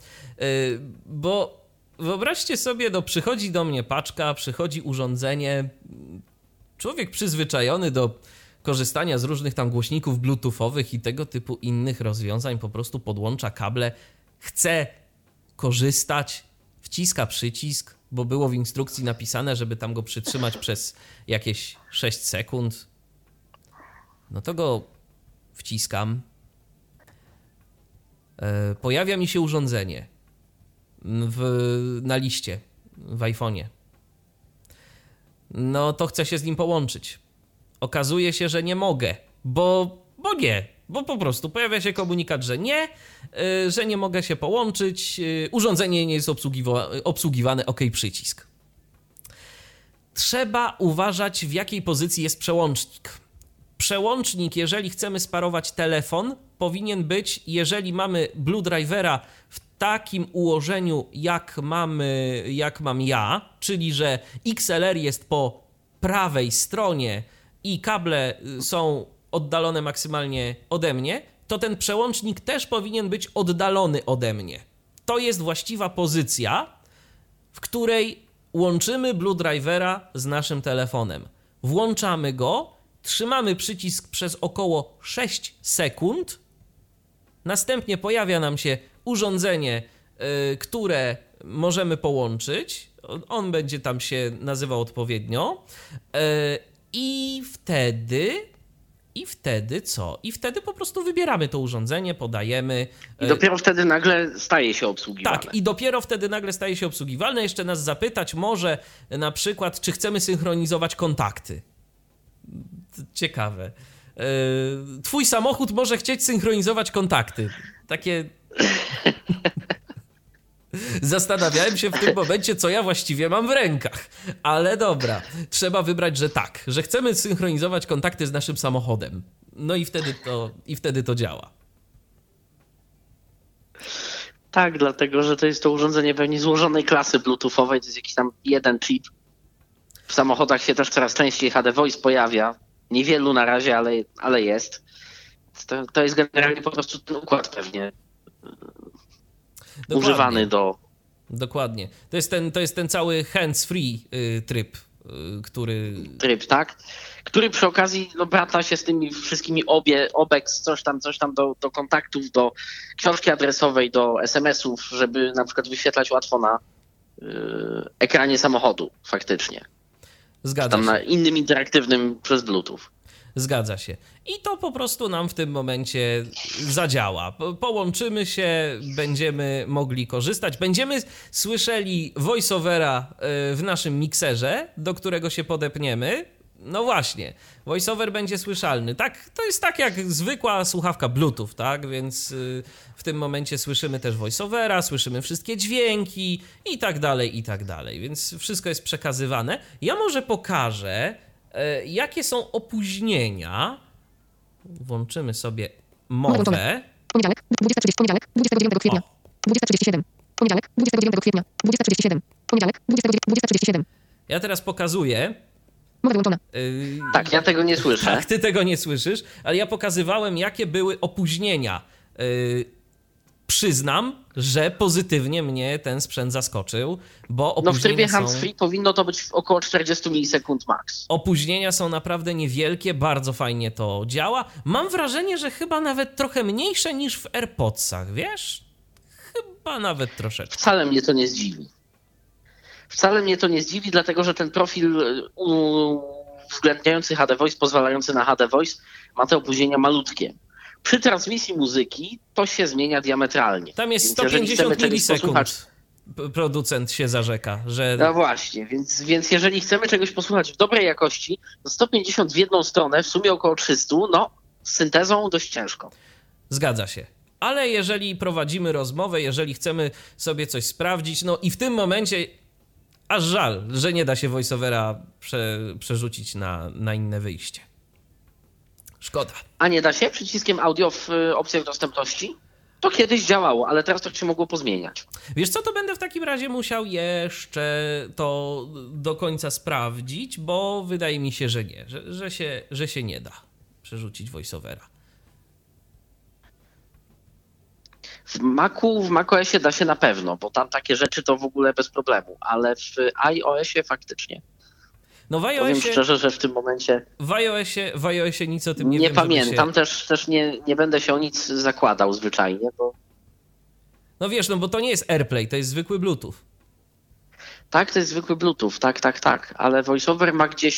Bo wyobraźcie sobie, przychodzi do mnie paczka, przychodzi urządzenie, człowiek przyzwyczajony do korzystania z różnych tam głośników bluetoothowych i tego typu innych rozwiązań, po prostu podłącza kable, chce korzystać, wciska przycisk, bo było w instrukcji napisane, żeby tam go przytrzymać przez jakieś 6 sekund. No to go wciskam. Pojawia mi się urządzenie na liście w iPhone'ie. No to chcę się z nim połączyć. Okazuje się, że nie mogę, bo po prostu pojawia się komunikat, że nie mogę się połączyć, urządzenie nie jest obsługiwane, OK, przycisk. Trzeba uważać, w jakiej pozycji jest przełącznik. Przełącznik, jeżeli chcemy sparować telefon, powinien być, jeżeli mamy Blue Drivera w takim ułożeniu, jak mam ja, czyli że XLR jest po prawej stronie i kable są oddalone maksymalnie ode mnie, to ten przełącznik też powinien być oddalony ode mnie. To jest właściwa pozycja, w której łączymy Blue Drivera z naszym telefonem. Włączamy go, trzymamy przycisk przez około 6 sekund, następnie pojawia nam się urządzenie, które możemy połączyć. On będzie tam się nazywał odpowiednio. I wtedy co? I wtedy po prostu wybieramy to urządzenie, podajemy. I dopiero wtedy nagle staje się obsługiwalne. Tak, i dopiero wtedy nagle staje się obsługiwalne. Jeszcze nas zapytać może na przykład, czy chcemy synchronizować kontakty. Ciekawe. Twój samochód może chcieć synchronizować kontakty. Takie... Zastanawiałem się w tym momencie, co ja właściwie mam w rękach. Ale dobra, trzeba wybrać, że tak, że chcemy synchronizować kontakty z naszym samochodem. No i wtedy to działa. Tak, dlatego, że to jest to urządzenie pewnie złożonej klasy bluetoothowej, to jest jakiś tam jeden chip. W samochodach się też coraz częściej HD Voice pojawia. Niewielu na razie, ale jest. To jest generalnie po prostu ten układ pewnie używany do... Dokładnie. To jest ten cały hands-free tryb, który... Tryb, tak? Który przy okazji brata się z tymi wszystkimi OBEX, coś tam do kontaktów, do książki adresowej, do SMS-ów, żeby na przykład wyświetlać łatwo na ekranie samochodu faktycznie. Zgadza tam się. Na innym interaktywnym przez Bluetooth. Zgadza się. I to po prostu nam w tym momencie zadziała. Połączymy się, będziemy mogli korzystać, będziemy słyszeli voiceovera w naszym mikserze, do którego się podepniemy. No właśnie, voiceover będzie słyszalny. Tak, to jest tak jak zwykła słuchawka Bluetooth, tak? Więc w tym momencie słyszymy też voiceovera, słyszymy wszystkie dźwięki i tak dalej, więc wszystko jest przekazywane. Ja może pokażę, jakie są opóźnienia. Włączymy sobie mowę. Poniedziałek, 20.30, poniedziałek, 29 kwietnia, 20.37. Poniedziałek, 29 kwietnia, 20.37. Poniedziałek, 20.37. Ja teraz pokazuję. Mowa wyłączona. Tak, ja tego nie słyszę. Tak, ty tego nie słyszysz, ale ja pokazywałem, jakie były opóźnienia przyznam, że pozytywnie mnie ten sprzęt zaskoczył, bo No w trybie opóźnienia są... hands-free powinno to być około 40 milisekund max. Opóźnienia są naprawdę niewielkie, bardzo fajnie to działa. Mam wrażenie, że chyba nawet trochę mniejsze niż w AirPodsach, wiesz? Chyba nawet troszeczkę. Wcale mnie to nie zdziwi. Wcale mnie to nie zdziwi, dlatego że ten profil uwzględniający HD Voice, pozwalający na HD Voice, ma te opóźnienia malutkie. Przy transmisji muzyki to się zmienia diametralnie. Tam jest Więc jeżeli 150 chcemy czegoś milisekund. posłuchać- Producent się zarzeka, że... No właśnie, więc jeżeli chcemy czegoś posłuchać w dobrej jakości, to 150 w jedną stronę, w sumie około 300, no z syntezą dość ciężko. Zgadza się. Ale jeżeli prowadzimy rozmowę, jeżeli chcemy sobie coś sprawdzić, no i w tym momencie aż żal, że nie da się voiceovera przerzucić na inne wyjście. Szkoda. A nie da się przyciskiem audio w opcjach dostępności? To kiedyś działało, ale teraz to się mogło pozmieniać. Wiesz co, to będę w takim razie musiał jeszcze to do końca sprawdzić, bo wydaje mi się, że nie, że się nie da przerzucić voiceovera. W macOSie da się na pewno, bo tam takie rzeczy to w ogóle bez problemu, ale w iOSie faktycznie. No w Powiem iOSie, szczerze, że w tym momencie w iOSie nic o tym nie nie wiem, żeby pamiętam, się... też nie będę się o nic zakładał zwyczajnie, bo No wiesz, no bo to nie jest AirPlay, to jest zwykły Bluetooth. tak, to jest zwykły Bluetooth, tak, ale VoiceOver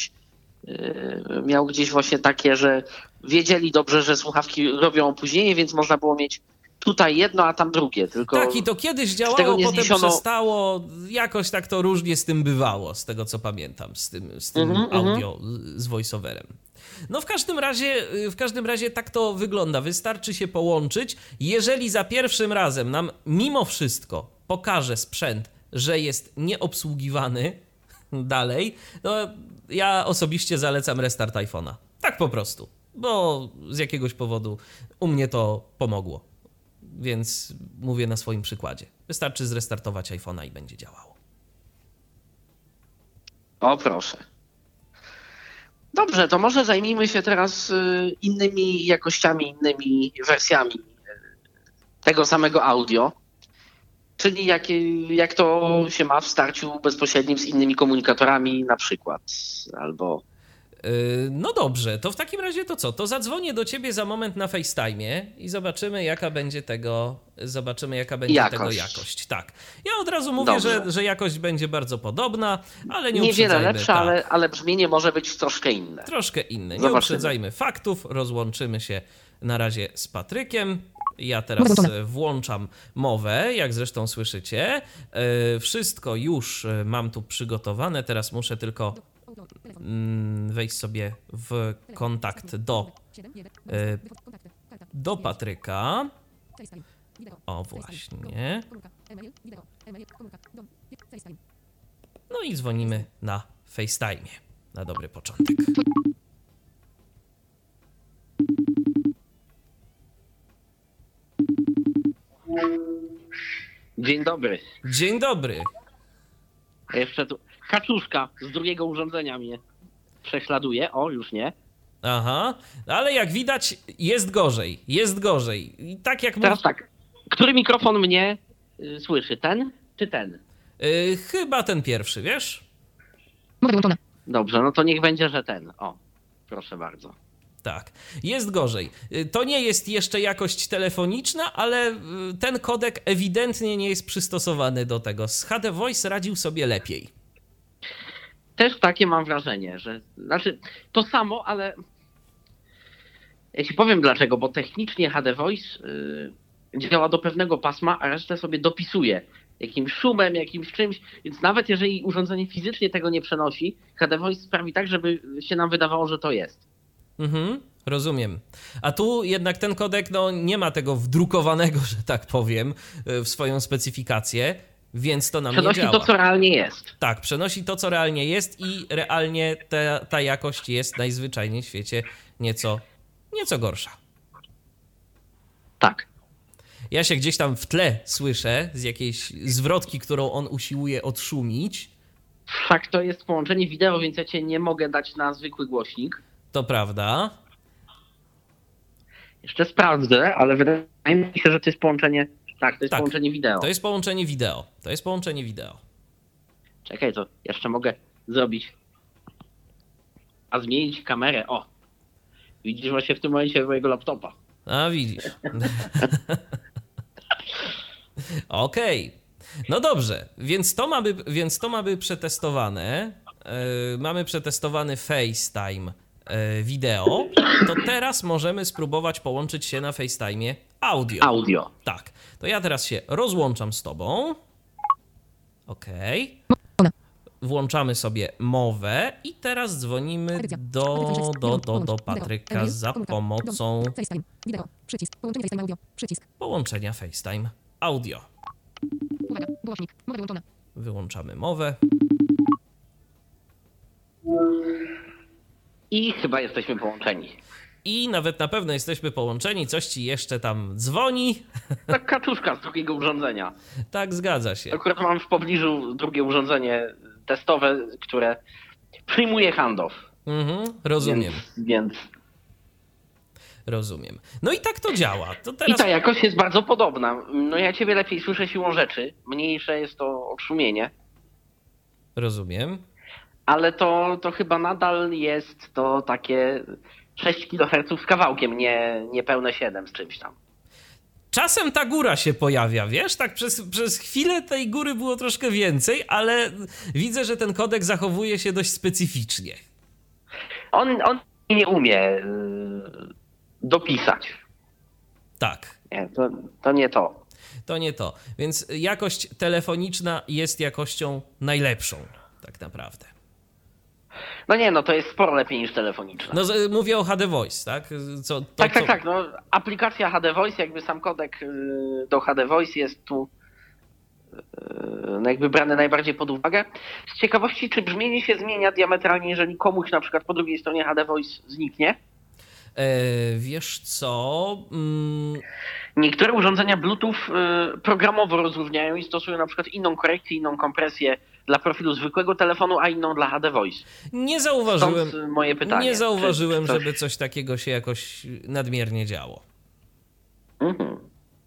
miał gdzieś właśnie takie, że wiedzieli dobrze, że słuchawki robią opóźnienie, więc można było mieć tutaj jedno, a tam drugie. Tylko Tak, i to kiedyś tego działało, nie potem zniesiono. przestało. Jakoś tak to różnie z tym bywało, z tego co pamiętam, z tym audio, z voiceoverem. No w każdym razie tak to wygląda. Wystarczy się połączyć. Jeżeli za pierwszym razem nam mimo wszystko pokaże sprzęt, że jest nieobsługiwany dalej, no ja osobiście zalecam restart iPhone'a. Tak po prostu, bo z jakiegoś powodu u mnie to pomogło. Więc mówię na swoim przykładzie. Wystarczy zrestartować iPhone'a i będzie działało. O proszę. Dobrze, to może zajmijmy się teraz innymi jakościami, innymi wersjami tego samego audio. Czyli jak to się ma w starciu bezpośrednim z innymi komunikatorami na przykład, albo... No dobrze, to w takim razie to co? To zadzwonię do ciebie za moment na FaceTime'ie i zobaczymy jaka będzie tego jakość. Tak. Ja od razu mówię, że jakość będzie bardzo podobna, ale nie uprzedzajmy. Niewiele lepsza, tak. ale brzmienie może być troszkę inne. Troszkę inne. Nie Zobaczymy. uprzedzajmy faktów, rozłączymy się na razie z Patrykiem. Ja teraz włączam mowę, jak zresztą słyszycie. Wszystko już mam tu przygotowane, teraz muszę tylko wejść sobie w kontakt do Patryka. O, właśnie. No i dzwonimy na FaceTime. Na dobry początek. Dzień dobry. Dzień dobry. Jeszcze tu kaczuszka z drugiego urządzenia mnie prześladuje. O, już nie. Aha, ale jak widać jest gorzej. I tak jak Teraz tak. Który mikrofon mnie słyszy? Ten czy ten? Chyba ten pierwszy, wiesz? Mowa wyłączona. Dobrze, no to niech będzie, że ten. O, proszę bardzo. Tak, jest gorzej. To nie jest jeszcze jakość telefoniczna, ale ten kodek ewidentnie nie jest przystosowany do tego. Z HD Voice radził sobie lepiej. Też takie mam wrażenie, że znaczy to samo, ale ja ci powiem dlaczego, bo technicznie HD Voice działa do pewnego pasma, a resztę sobie dopisuje jakimś szumem, jakimś czymś, więc nawet jeżeli urządzenie fizycznie tego nie przenosi, HD Voice sprawi tak, żeby się nam wydawało, że to jest. Rozumiem. A tu jednak ten kodek nie ma tego wdrukowanego, że tak powiem, w swoją specyfikację, więc to nam nie działa. Przenosi to, co realnie jest. Tak, przenosi to, co realnie jest i realnie ta jakość jest najzwyczajniej w świecie nieco gorsza. Tak. Ja się gdzieś tam w tle słyszę z jakiejś zwrotki, którą on usiłuje odszumić. Fakt, to jest połączenie wideo, więc ja cię nie mogę dać na zwykły głośnik. To prawda. Jeszcze sprawdzę, ale wydaje mi się, że to jest połączenie Tak, to jest Tak. połączenie wideo. To jest połączenie wideo. Czekaj, to jeszcze mogę zrobić. A zmienić kamerę. O! Widzisz właśnie w tym momencie mojego laptopa. A widzisz. Okej. No dobrze, więc to ma być przetestowane. Mamy przetestowany FaceTime wideo. To teraz możemy spróbować połączyć się na FaceTime'ie audio. Audio. Tak. To ja teraz się rozłączam z tobą. Okej. Włączamy sobie mowę i teraz dzwonimy do Patryka za pomocą FaceTime. Wideo. Przycisk. Połączenie FaceTime audio. Przycisk. połączenia FaceTime audio. Uwaga. Głośnik. Mowa wyłączona. Wyłączamy mowę. I chyba jesteśmy połączeni. I nawet na pewno jesteśmy połączeni, coś ci jeszcze tam dzwoni. Tak kaczuszka z drugiego urządzenia. Tak, zgadza się. Akurat mam w pobliżu drugie urządzenie testowe, które przyjmuje handoff. Rozumiem, Więc... rozumiem. No i tak to działa. To I teraz... ta jakość jest bardzo podobna. No ja ciebie lepiej słyszę siłą rzeczy. Mniejsze jest to odszumienie. Rozumiem. Ale to chyba nadal jest to takie 6 kHz z kawałkiem, nie pełne 7 z czymś tam. Czasem ta góra się pojawia, wiesz? Tak przez chwilę tej góry było troszkę więcej, ale widzę, że ten kodek zachowuje się dość specyficznie. On nie umie dopisać. Tak. Nie, to nie to. To nie to. Więc jakość telefoniczna jest jakością najlepszą, tak naprawdę. No nie, no to jest sporo lepiej niż telefoniczna. No mówię o HD Voice, tak? Tak. No, aplikacja HD Voice, jakby sam kodek do HD Voice jest tu no jakby brany najbardziej pod uwagę. Z ciekawości, czy brzmienie się zmienia diametralnie, jeżeli komuś na przykład po drugiej stronie HD Voice zniknie? Wiesz co? Niektóre urządzenia Bluetooth programowo rozróżniają i stosują na przykład inną korekcję, inną kompresję dla profilu zwykłego telefonu, a inną dla HD Voice. Nie zauważyłem. Stąd moje pytanie. Nie zauważyłem, czy żeby coś takiego się jakoś nadmiernie działo. Mhm.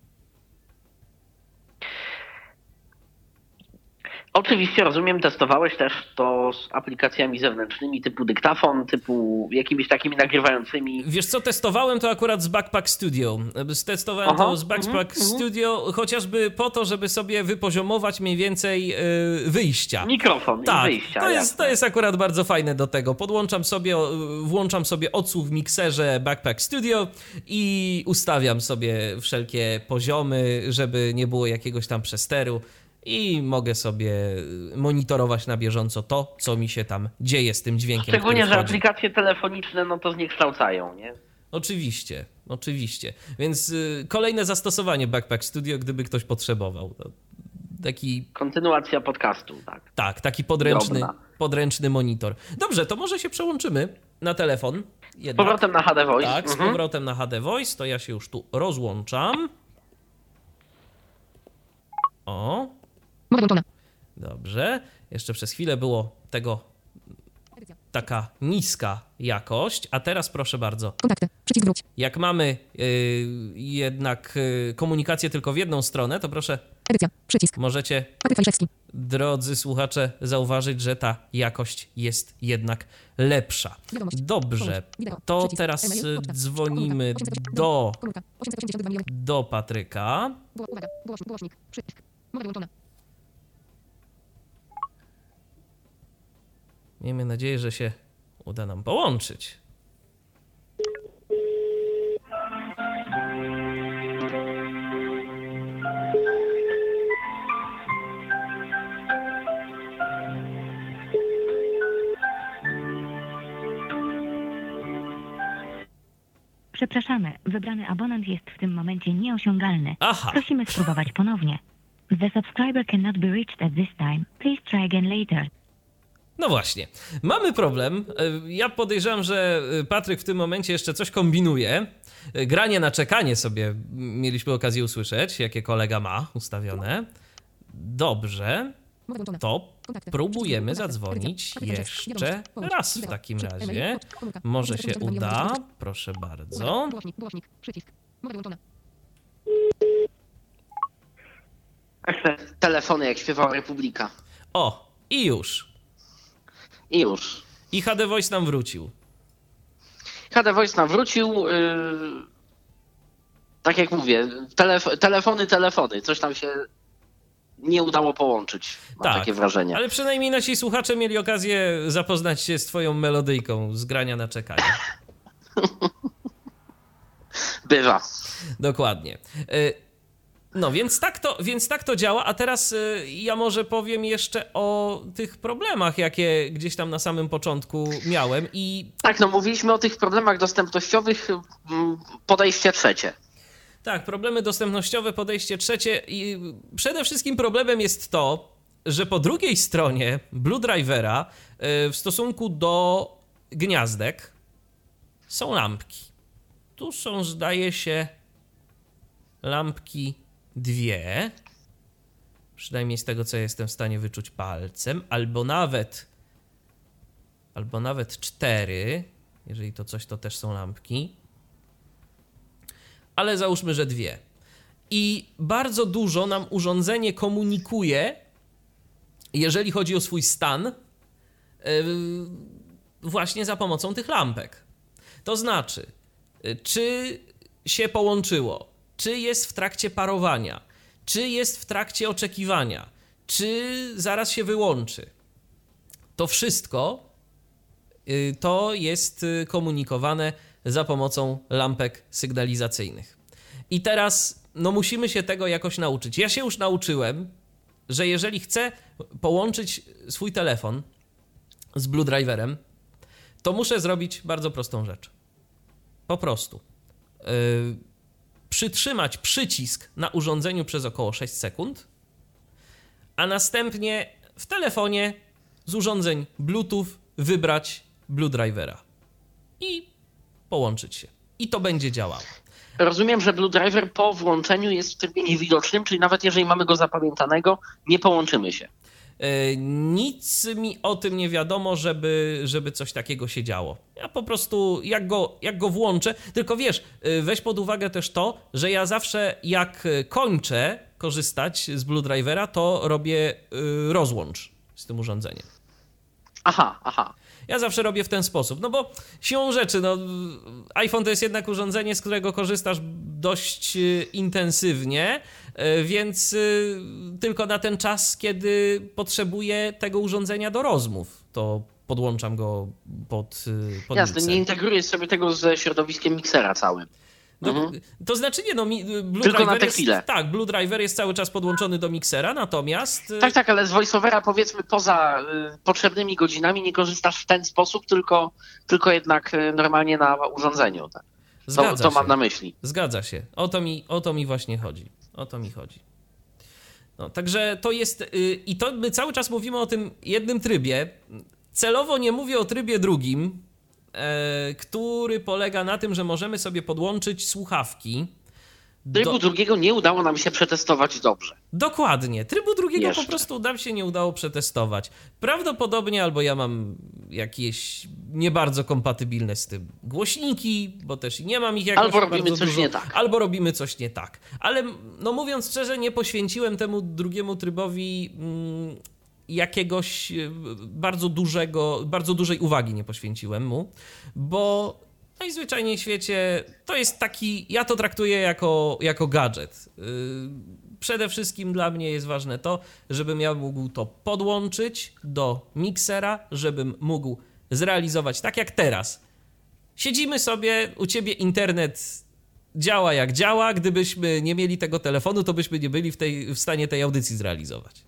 Oczywiście, rozumiem, testowałeś też to z aplikacjami zewnętrznymi typu dyktafon, typu jakimiś takimi nagrywającymi. Wiesz co, testowałem to akurat z Backpack Studio. Testowałem to z Backpack Studio chociażby po to, żeby sobie wypoziomować mniej więcej wyjścia. Mikrofon Tak, i wyjścia. to jest akurat bardzo fajne do tego. Włączam sobie odsłuch w mikserze Backpack Studio i ustawiam sobie wszelkie poziomy, żeby nie było jakiegoś tam przesteru. I mogę sobie monitorować na bieżąco to, co mi się tam dzieje z tym dźwiękiem. Szczególnie, który że wchodzi. aplikacje telefoniczne no to zniekształcają, nie? Oczywiście. Więc kolejne zastosowanie Backpack Studio, gdyby ktoś potrzebował. Taki... Kontynuacja podcastu, tak. Tak, taki podręczny monitor. Dobrze, to może się przełączymy na telefon. Z powrotem na HD Voice. Tak, z powrotem na HD Voice, to ja się już tu rozłączam. O. Mowa wyłączona. Dobrze. Jeszcze przez chwilę było tego taka niska jakość, a teraz proszę bardzo. Kontakty. Przycisk wróć. Jak mamy jednak komunikację tylko w jedną stronę, to proszę, Edycja. Przycisk. możecie, Patryk Waliszewski. drodzy słuchacze, zauważyć, że ta jakość jest jednak lepsza. Wiadomość. Dobrze, Połącz. Wideo. to Przycisk. teraz E-mail. Poczta. dzwonimy Komórka. 882 miliony. do Patryka. Uwaga. Głośnik. Przycisk. Mowa wyłączona. Miejmy nadzieję, że się uda nam połączyć. Przepraszamy, wybrany abonent jest w tym momencie nieosiągalny. Aha. Prosimy spróbować ponownie. The subscriber cannot be reached at this time. Please try again later. No właśnie, mamy problem. Ja podejrzewam, że Patryk w tym momencie jeszcze coś kombinuje. Granie na czekanie sobie mieliśmy okazję usłyszeć, jakie kolega ma ustawione. Dobrze, Mowa wyłączona. to Kontakty. próbujemy Przycisk. zadzwonić Edycja. jeszcze Wiadomość. raz w Wideo. takim E-mail. razie. Komórka. Może się 882 miliony. uda. Proszę bardzo. Głośnik. Przycisk. Mowa wyłączona. Najlepsze telefony, jak śpiewała Republika. O, i już. I już. I HD Voice nam wrócił. HD Voice nam wrócił. Tak jak mówię, telefony. Coś tam się nie udało połączyć. Mam takie wrażenie. Ale przynajmniej nasi słuchacze mieli okazję zapoznać się z twoją melodyjką z grania na czekanie. Bywa. Dokładnie. No, więc tak to działa, a teraz ja może powiem jeszcze o tych problemach, jakie gdzieś tam na samym początku miałem i... Tak, no mówiliśmy o tych problemach dostępnościowych, podejście trzecie. Tak, problemy dostępnościowe, podejście trzecie i przede wszystkim problemem jest to, że po drugiej stronie Blue Drivera w stosunku do gniazdek są lampki. Tu są, zdaje się, lampki dwie, przynajmniej z tego, co jestem w stanie wyczuć palcem, albo nawet 4, jeżeli to coś, to też są lampki, ale załóżmy, że 2. I bardzo dużo nam urządzenie komunikuje, jeżeli chodzi o swój stan, właśnie za pomocą tych lampek. To znaczy, czy się połączyło, czy jest w trakcie parowania, czy jest w trakcie oczekiwania, czy zaraz się wyłączy. To wszystko to jest komunikowane za pomocą lampek sygnalizacyjnych. I teraz no musimy się tego jakoś nauczyć. Ja się już nauczyłem, że jeżeli chcę połączyć swój telefon z Blue Driverem, to muszę zrobić bardzo prostą rzecz. Po prostu przytrzymać przycisk na urządzeniu przez około 6 sekund, a następnie w telefonie z urządzeń Bluetooth wybrać Blue Drivera i połączyć się. I to będzie działało. Rozumiem, że Blue Driver po włączeniu jest w trybie niewidocznym, czyli nawet jeżeli mamy go zapamiętanego, nie połączymy się. Nic mi o tym nie wiadomo, żeby coś takiego się działo. Ja po prostu jak go włączę, tylko wiesz, weź pod uwagę też to, że ja zawsze jak kończę korzystać z Blue Drivera, to robię rozłącz z tym urządzeniem. Aha. Ja zawsze robię w ten sposób, no bo siłą rzeczy, no iPhone to jest jednak urządzenie, z którego korzystasz dość intensywnie, więc tylko na ten czas, kiedy potrzebuję tego urządzenia do rozmów, to podłączam go pod Jasne, mikser. nie integrujesz sobie tego ze środowiskiem miksera całym. No, to znaczy nie, no Blue tylko Driver na tę jest, chwilę. tak, Blue Driver jest cały czas podłączony do miksera, natomiast... Tak, ale z VoiceOvera powiedzmy poza potrzebnymi godzinami nie korzystasz w ten sposób, tylko jednak normalnie na urządzeniu. Tak? To mam na myśli. Zgadza się. O to mi właśnie chodzi. O to mi chodzi. No, także to jest... I to my cały czas mówimy o tym jednym trybie. Celowo nie mówię o trybie drugim, który polega na tym, że możemy sobie podłączyć słuchawki. Trybu drugiego nie udało nam się przetestować dobrze. Dokładnie. Trybu drugiego Jeszcze. po prostu nam się nie udało przetestować. Prawdopodobnie albo ja mam jakieś nie bardzo kompatybilne z tym głośniki, bo też i nie mam ich jakoś albo robimy bardzo coś dużo, nie tak. albo robimy coś nie tak. Ale no mówiąc szczerze, nie poświęciłem temu drugiemu trybowi jakiegoś bardzo dużej uwagi nie poświęciłem mu, bo najzwyczajniej w świecie to jest taki, ja to traktuję jako gadżet. Przede wszystkim dla mnie jest ważne to, żebym ja mógł to podłączyć do miksera, żebym mógł zrealizować tak jak teraz. Siedzimy sobie, u ciebie internet działa jak działa, gdybyśmy nie mieli tego telefonu, to byśmy nie byli w stanie tej audycji zrealizować.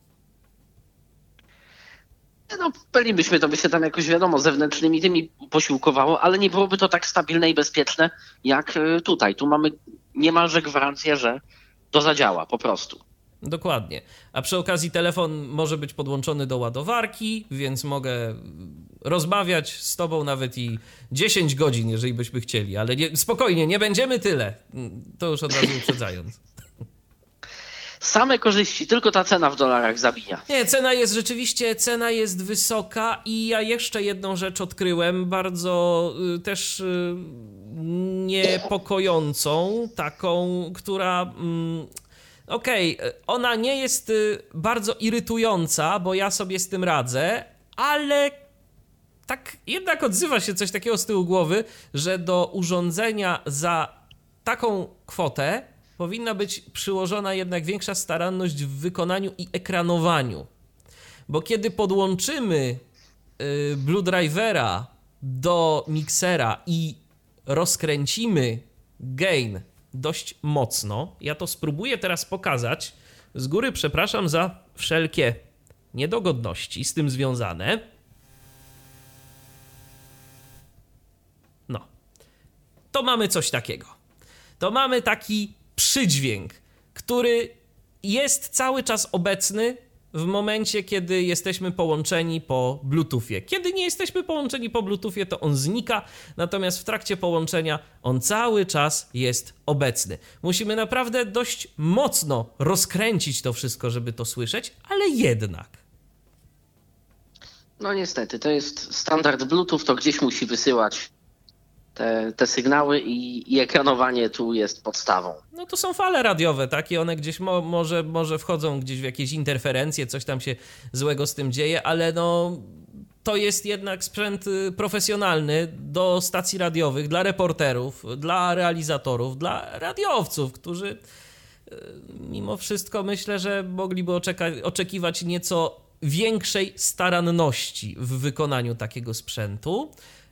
No, bylibyśmy, to by się tam jakoś, wiadomo, zewnętrznymi tymi posiłkowało, ale nie byłoby to tak stabilne i bezpieczne jak tutaj. Tu mamy niemalże gwarancję, że to zadziała po prostu. Dokładnie. A przy okazji telefon może być podłączony do ładowarki, więc mogę rozmawiać z tobą nawet i 10 godzin, jeżeli byśmy chcieli, ale spokojnie, nie będziemy tyle. To już od razu uprzedzając. Same korzyści, tylko ta cena w dolarach zabija. Nie, cena jest wysoka i ja jeszcze jedną rzecz odkryłem, bardzo też niepokojącą, taką, która okej, ona nie jest bardzo irytująca, bo ja sobie z tym radzę, ale tak jednak odzywa się coś takiego z tyłu głowy, że do urządzenia za taką kwotę powinna być przyłożona jednak większa staranność w wykonaniu i ekranowaniu. Bo kiedy podłączymy Blue Drivera do miksera i rozkręcimy gain dość mocno, ja to spróbuję teraz pokazać. Z góry przepraszam za wszelkie niedogodności z tym związane. No. To mamy coś takiego. To mamy taki przydźwięk, który jest cały czas obecny w momencie, kiedy jesteśmy połączeni po Bluetoothie. Kiedy nie jesteśmy połączeni po Bluetoothie, to on znika, natomiast w trakcie połączenia on cały czas jest obecny. Musimy naprawdę dość mocno rozkręcić to wszystko, żeby to słyszeć, ale jednak. No niestety, to jest standard Bluetooth, to gdzieś musi wysyłać te sygnały i ekranowanie tu jest podstawą. No to są fale radiowe, tak? I one gdzieś może wchodzą gdzieś w jakieś interferencje, coś tam się złego z tym dzieje, ale no to jest jednak sprzęt profesjonalny do stacji radiowych, dla reporterów, dla realizatorów, dla radiowców, którzy mimo wszystko myślę, że mogliby oczekiwać nieco większej staranności w wykonaniu takiego sprzętu.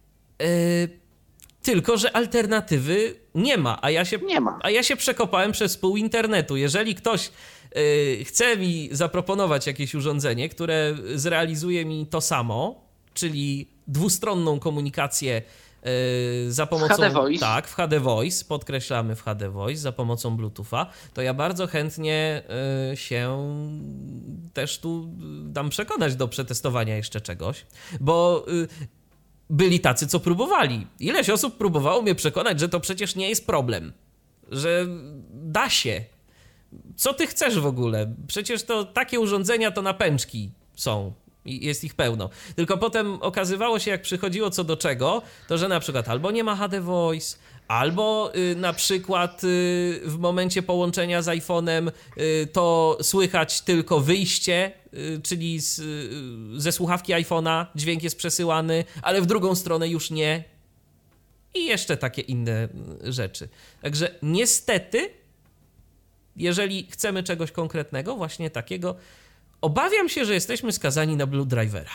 Tylko że alternatywy nie ma, a ja się przekopałem przez pół internetu. Jeżeli ktoś chce mi zaproponować jakieś urządzenie, które zrealizuje mi to samo, czyli dwustronną komunikację za pomocą... W HD Voice. Tak, w HD Voice, podkreślamy w HD Voice, za pomocą Bluetootha, to ja bardzo chętnie się też tu dam przekonać do przetestowania jeszcze czegoś, bo... Byli tacy, co próbowali. Ileś osób próbowało mnie przekonać, że to przecież nie jest problem. Że da się. Co ty chcesz w ogóle? Przecież to takie urządzenia to na pęczki są. I jest ich pełno. Tylko potem okazywało się, jak przychodziło co do czego, to że na przykład albo nie ma HD Voice, albo na przykład w momencie połączenia z iPhone'em to słychać tylko wyjście, czyli ze słuchawki iPhone'a dźwięk jest przesyłany, ale w drugą stronę już nie. I jeszcze takie inne rzeczy. Także niestety, jeżeli chcemy czegoś konkretnego, właśnie takiego, obawiam się, że jesteśmy skazani na Blue Drivera.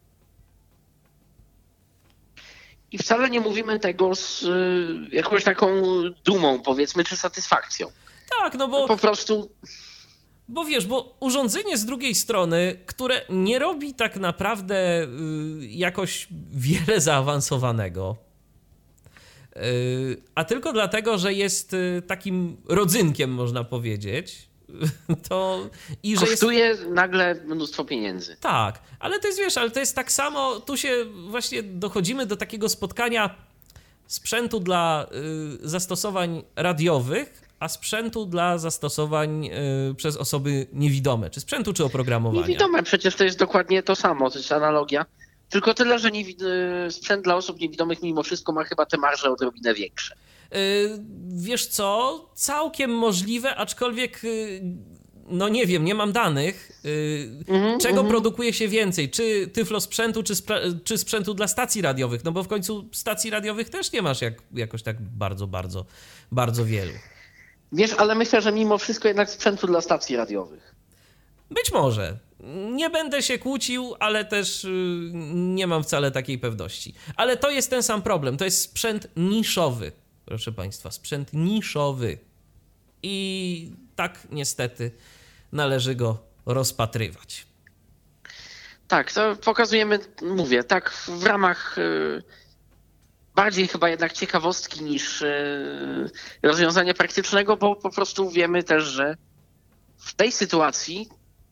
I wcale nie mówimy tego z jakąś taką dumą, powiedzmy, czy satysfakcją. Tak, no bo... Po prostu... Bo wiesz, bo urządzenie z drugiej strony, które nie robi tak naprawdę jakoś wiele zaawansowanego, a tylko dlatego, że jest takim rodzynkiem, można powiedzieć, to... I że kosztuje nagle mnóstwo pieniędzy. Tak, ale to jest, wiesz, ale to jest tak samo, tu się właśnie dochodzimy do takiego spotkania sprzętu dla zastosowań radiowych, a sprzętu dla zastosowań przez osoby niewidome, czy sprzętu, czy oprogramowania. Niewidome, przecież to jest dokładnie to samo, to jest analogia. Tylko tyle, że sprzęt dla osób niewidomych mimo wszystko ma chyba te marże odrobinę większe. Wiesz co, całkiem możliwe, aczkolwiek no nie wiem, nie mam danych, czego produkuje się więcej, czy tyflo sprzętu, czy sprzętu dla stacji radiowych, no bo w końcu stacji radiowych też nie masz jakoś tak bardzo wielu. Wiesz, ale myślę, że mimo wszystko jednak sprzętu dla stacji radiowych. Być może. Nie będę się kłócił, ale też nie mam wcale takiej pewności. Ale to jest ten sam problem, to jest sprzęt niszowy. Proszę Państwa, sprzęt niszowy. I tak niestety należy go rozpatrywać. Tak, to pokazujemy, mówię, tak w ramach bardziej chyba jednak ciekawostki niż rozwiązania praktycznego, bo po prostu wiemy też, że w tej sytuacji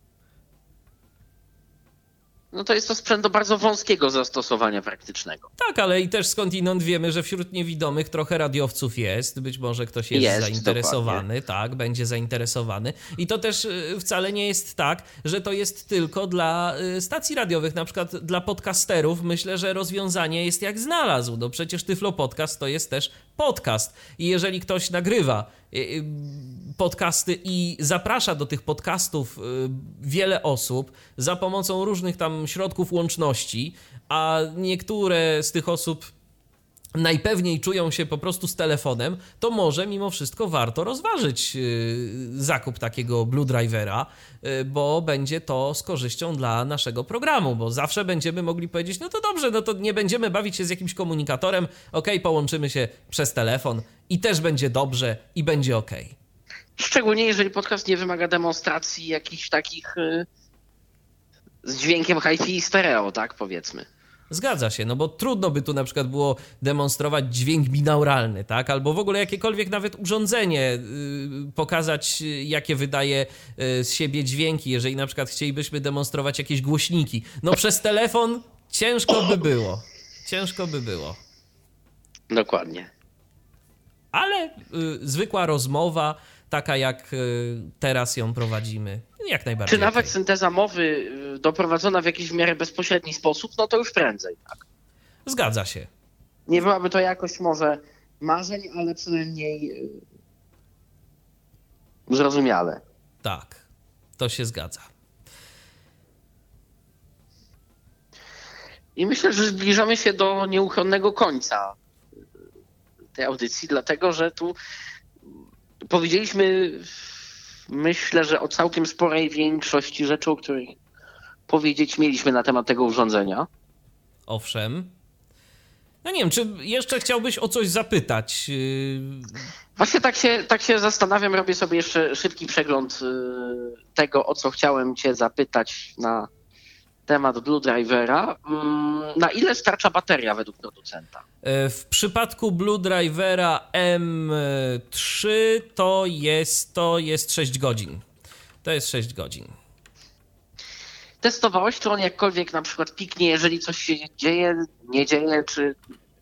no to jest to sprzęt do bardzo wąskiego zastosowania praktycznego. Tak, ale i też skądinąd wiemy, że wśród niewidomych trochę radiowców jest. Być może ktoś jest zainteresowany, dokładnie. Tak, będzie zainteresowany. I to też wcale nie jest tak, że to jest tylko dla stacji radiowych, na przykład dla podcasterów. Myślę, że rozwiązanie jest jak znalazł. No przecież Tyflo Podcast to jest też podcast. I jeżeli ktoś nagrywa podcasty i zaprasza do tych podcastów wiele osób za pomocą różnych tam środków łączności, a niektóre z tych osób najpewniej czują się po prostu z telefonem, to może mimo wszystko warto rozważyć zakup takiego Blue Drivera, bo będzie to z korzyścią dla naszego programu, bo zawsze będziemy mogli powiedzieć, no to dobrze, no to nie będziemy bawić się z jakimś komunikatorem, połączymy się przez telefon i też będzie dobrze i będzie okej. Szczególnie jeżeli podcast nie wymaga demonstracji jakichś takich z dźwiękiem hi-fi i stereo, tak powiedzmy. Zgadza się, no bo trudno by tu na przykład było demonstrować dźwięk binauralny, tak? Albo w ogóle jakiekolwiek nawet urządzenie pokazać, jakie wydaje z siebie dźwięki, jeżeli na przykład chcielibyśmy demonstrować jakieś głośniki. No przez telefon ciężko by było. Ciężko by było. Dokładnie. Ale zwykła rozmowa, taka jak teraz ją prowadzimy, jak najbardziej. Czy nawet synteza mowy doprowadzona w jakiś w miarę bezpośredni sposób, no to już prędzej, tak. Zgadza się. Nie byłaby to jakość może marzeń, ale przynajmniej zrozumiale. Tak, to się zgadza. I myślę, że zbliżamy się do nieuchronnego końca tej audycji, dlatego że tu powiedzieliśmy, myślę, że o całkiem sporej większości rzeczy, o których powiedzieć mieliśmy na temat tego urządzenia. Owszem. No nie wiem, czy jeszcze chciałbyś o coś zapytać? Właśnie tak się zastanawiam, robię sobie jeszcze szybki przegląd tego, o co chciałem cię zapytać na temat Blue Drivera. Na ile starcza bateria według producenta? W przypadku Blue Drivera M3 to jest 6 godzin. To jest 6 godzin. Testowałeś, czy on jakkolwiek na przykład piknie, jeżeli coś się dzieje, nie dzieje, czy...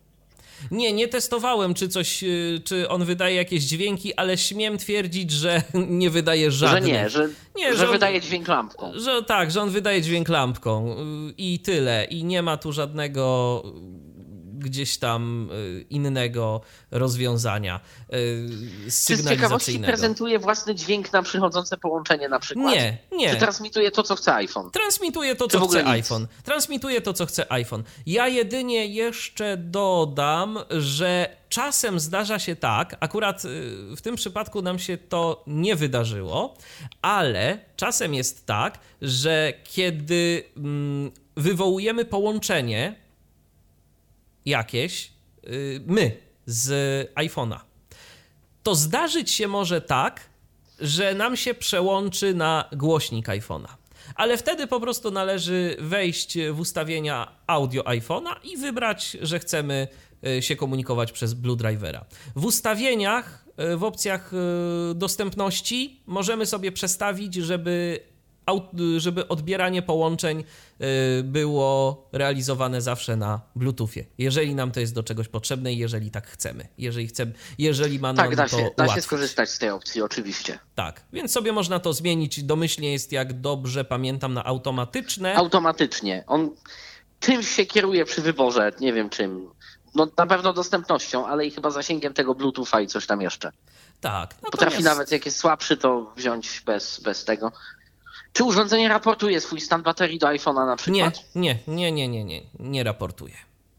Nie testowałem, czy on wydaje jakieś dźwięki, ale śmiem twierdzić, że nie wydaje żadnych. Że wydaje dźwięk lampką. Że on wydaje dźwięk lampką i tyle. I nie ma tu żadnego gdzieś tam innego rozwiązania sygnalizacyjnego. Czy z ciekawości prezentuje własny dźwięk na przychodzące połączenie na przykład? Nie. Czy transmituje to, co chce iPhone? Transmituje to, co chce iPhone. Transmituje to, co chce iPhone. Ja jedynie jeszcze dodam, że czasem zdarza się tak, akurat w tym przypadku nam się to nie wydarzyło, ale czasem jest tak, że kiedy wywołujemy połączenie jakieś, my z iPhone'a, to zdarzyć się może tak, że nam się przełączy na głośnik iPhone'a. Ale wtedy po prostu należy wejść w ustawienia audio iPhone'a i wybrać, że chcemy się komunikować przez Blue Drivera. W ustawieniach, w opcjach dostępności możemy sobie przestawić, żeby odbieranie połączeń było realizowane zawsze na Bluetoothie, jeżeli nam to jest do czegoś potrzebne i jeżeli tak chcemy, jeżeli ma nam to ułatwić. Da się skorzystać z tej opcji, oczywiście. Tak, więc sobie można to zmienić, domyślnie jest, jak dobrze pamiętam, na automatyczne. Automatycznie. On czymś się kieruje przy wyborze, nie wiem czym. No na pewno dostępnością, ale i chyba zasięgiem tego Bluetootha i coś tam jeszcze. Tak. Potrafi nawet, jak jest słabszy, to wziąć bez tego. Czy urządzenie raportuje swój stan baterii do iPhone'a na przykład? Nie raportuje.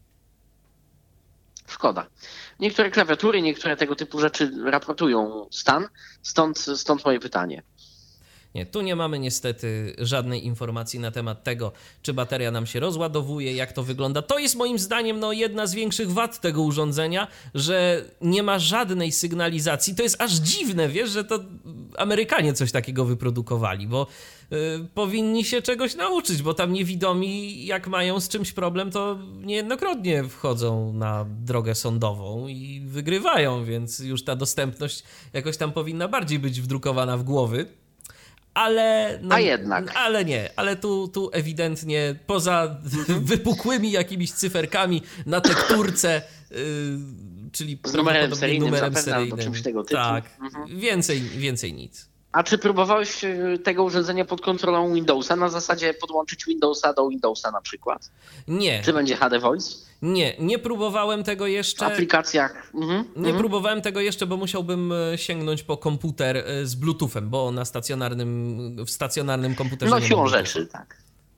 Szkoda. Niektóre klawiatury, niektóre tego typu rzeczy raportują stan, stąd moje pytanie. Nie, tu nie mamy niestety żadnej informacji na temat tego, czy bateria nam się rozładowuje, jak to wygląda. To jest moim zdaniem jedna z większych wad tego urządzenia, że nie ma żadnej sygnalizacji. To jest aż dziwne, wiesz, że to Amerykanie coś takiego wyprodukowali, bo powinni się czegoś nauczyć, bo tam niewidomi, jak mają z czymś problem, to niejednokrotnie wchodzą na drogę sądową i wygrywają, więc już ta dostępność jakoś tam powinna bardziej być wdrukowana w głowy. Ale ale tu ewidentnie poza wypukłymi jakimiś cyferkami na tekturce, czyli z numerem seryjnym, numerem seryjnym, czymś tego typu. Tak, więcej nic. A czy próbowałeś tego urządzenia pod kontrolą Windowsa, na zasadzie podłączyć Windowsa do Windowsa na przykład? Nie. Czy będzie HD Voice? Nie próbowałem tego jeszcze. W aplikacjach. Nie próbowałem tego jeszcze, bo musiałbym sięgnąć po komputer z Bluetoothem, bo w stacjonarnym komputerze No nie siłą ma rzeczy, tak.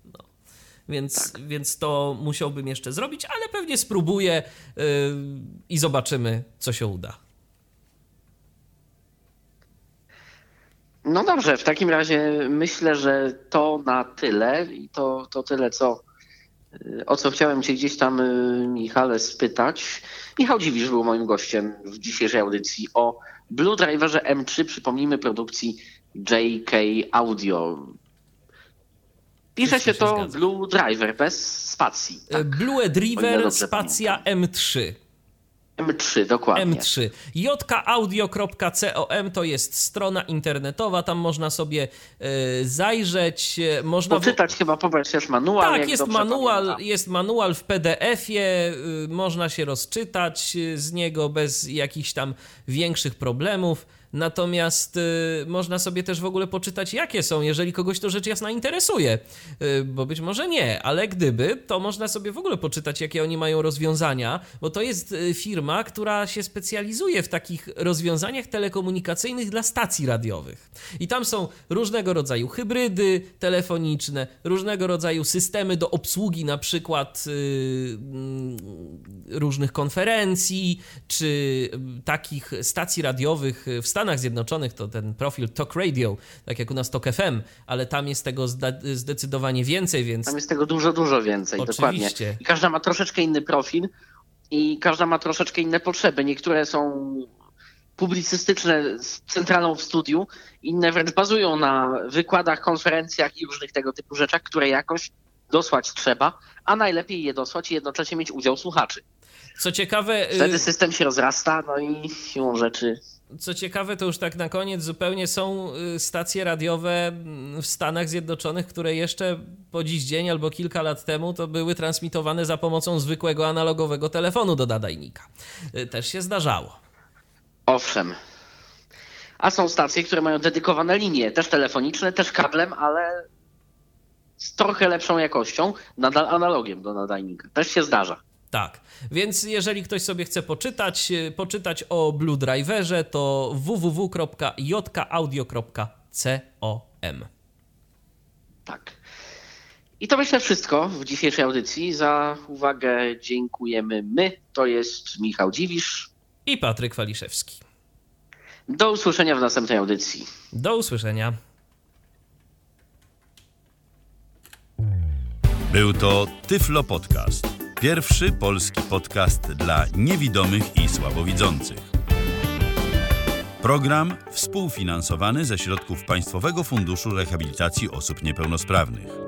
Więc to musiałbym jeszcze zrobić, ale pewnie spróbuję i zobaczymy, co się uda. No dobrze, w takim razie myślę, że to na tyle i to tyle, o co chciałem cię gdzieś tam, Michale, spytać. Michał Dziwisz był moim gościem w dzisiejszej audycji o Blue Driverze M3, przypomnijmy, produkcji JK Audio. Pisze się to zgadza. Blue Driver bez spacji. Tak? Blue Driver spacja M3. M3, dokładnie. M3. jkaudio.com to jest strona internetowa, tam można sobie zajrzeć. Można poczytać chyba, pobrać też manual. Tak, jest manual w PDF-ie, można się rozczytać z niego bez jakichś tam większych problemów. Natomiast można sobie też w ogóle poczytać, jakie są, jeżeli kogoś to rzecz jasna interesuje, bo być może nie, ale gdyby, to można sobie w ogóle poczytać, jakie oni mają rozwiązania, bo to jest firma, która się specjalizuje w takich rozwiązaniach telekomunikacyjnych dla stacji radiowych. I tam są różnego rodzaju hybrydy telefoniczne, różnego rodzaju systemy do obsługi, na przykład różnych konferencji, czy takich stacji radiowych w Stanach Zjednoczonych, to ten profil Talk Radio, tak jak u nas Talk FM, ale tam jest tego zdecydowanie więcej, więc... Tam jest tego dużo, dużo więcej, oczywiście. Dokładnie. I każda ma troszeczkę inny profil i każda ma troszeczkę inne potrzeby. Niektóre są publicystyczne z centralą w studiu, inne wręcz bazują na wykładach, konferencjach i różnych tego typu rzeczach, które jakoś dosłać trzeba, a najlepiej je dosłać i jednocześnie mieć udział słuchaczy. Co ciekawe... Wtedy system się rozrasta, no i siłą rzeczy... Co ciekawe, to już tak na koniec zupełnie są stacje radiowe w Stanach Zjednoczonych, które jeszcze po dziś dzień albo kilka lat temu to były transmitowane za pomocą zwykłego analogowego telefonu do nadajnika. Też się zdarzało. Owszem. A są stacje, które mają dedykowane linie, też telefoniczne, też kablem, ale z trochę lepszą jakością, nadal analogiem do nadajnika. Też się zdarza. Tak, więc jeżeli ktoś sobie chce poczytać o Blue Driverze, to www.jkaudio.com. Tak. I to myślę wszystko w dzisiejszej audycji. Za uwagę dziękujemy my. To jest Michał Dziwisz I Patryk Waliszewski. Do usłyszenia w następnej audycji. Do usłyszenia. Był to Tyflo Podcast. Pierwszy polski podcast dla niewidomych i słabowidzących. Program współfinansowany ze środków Państwowego Funduszu Rehabilitacji Osób Niepełnosprawnych.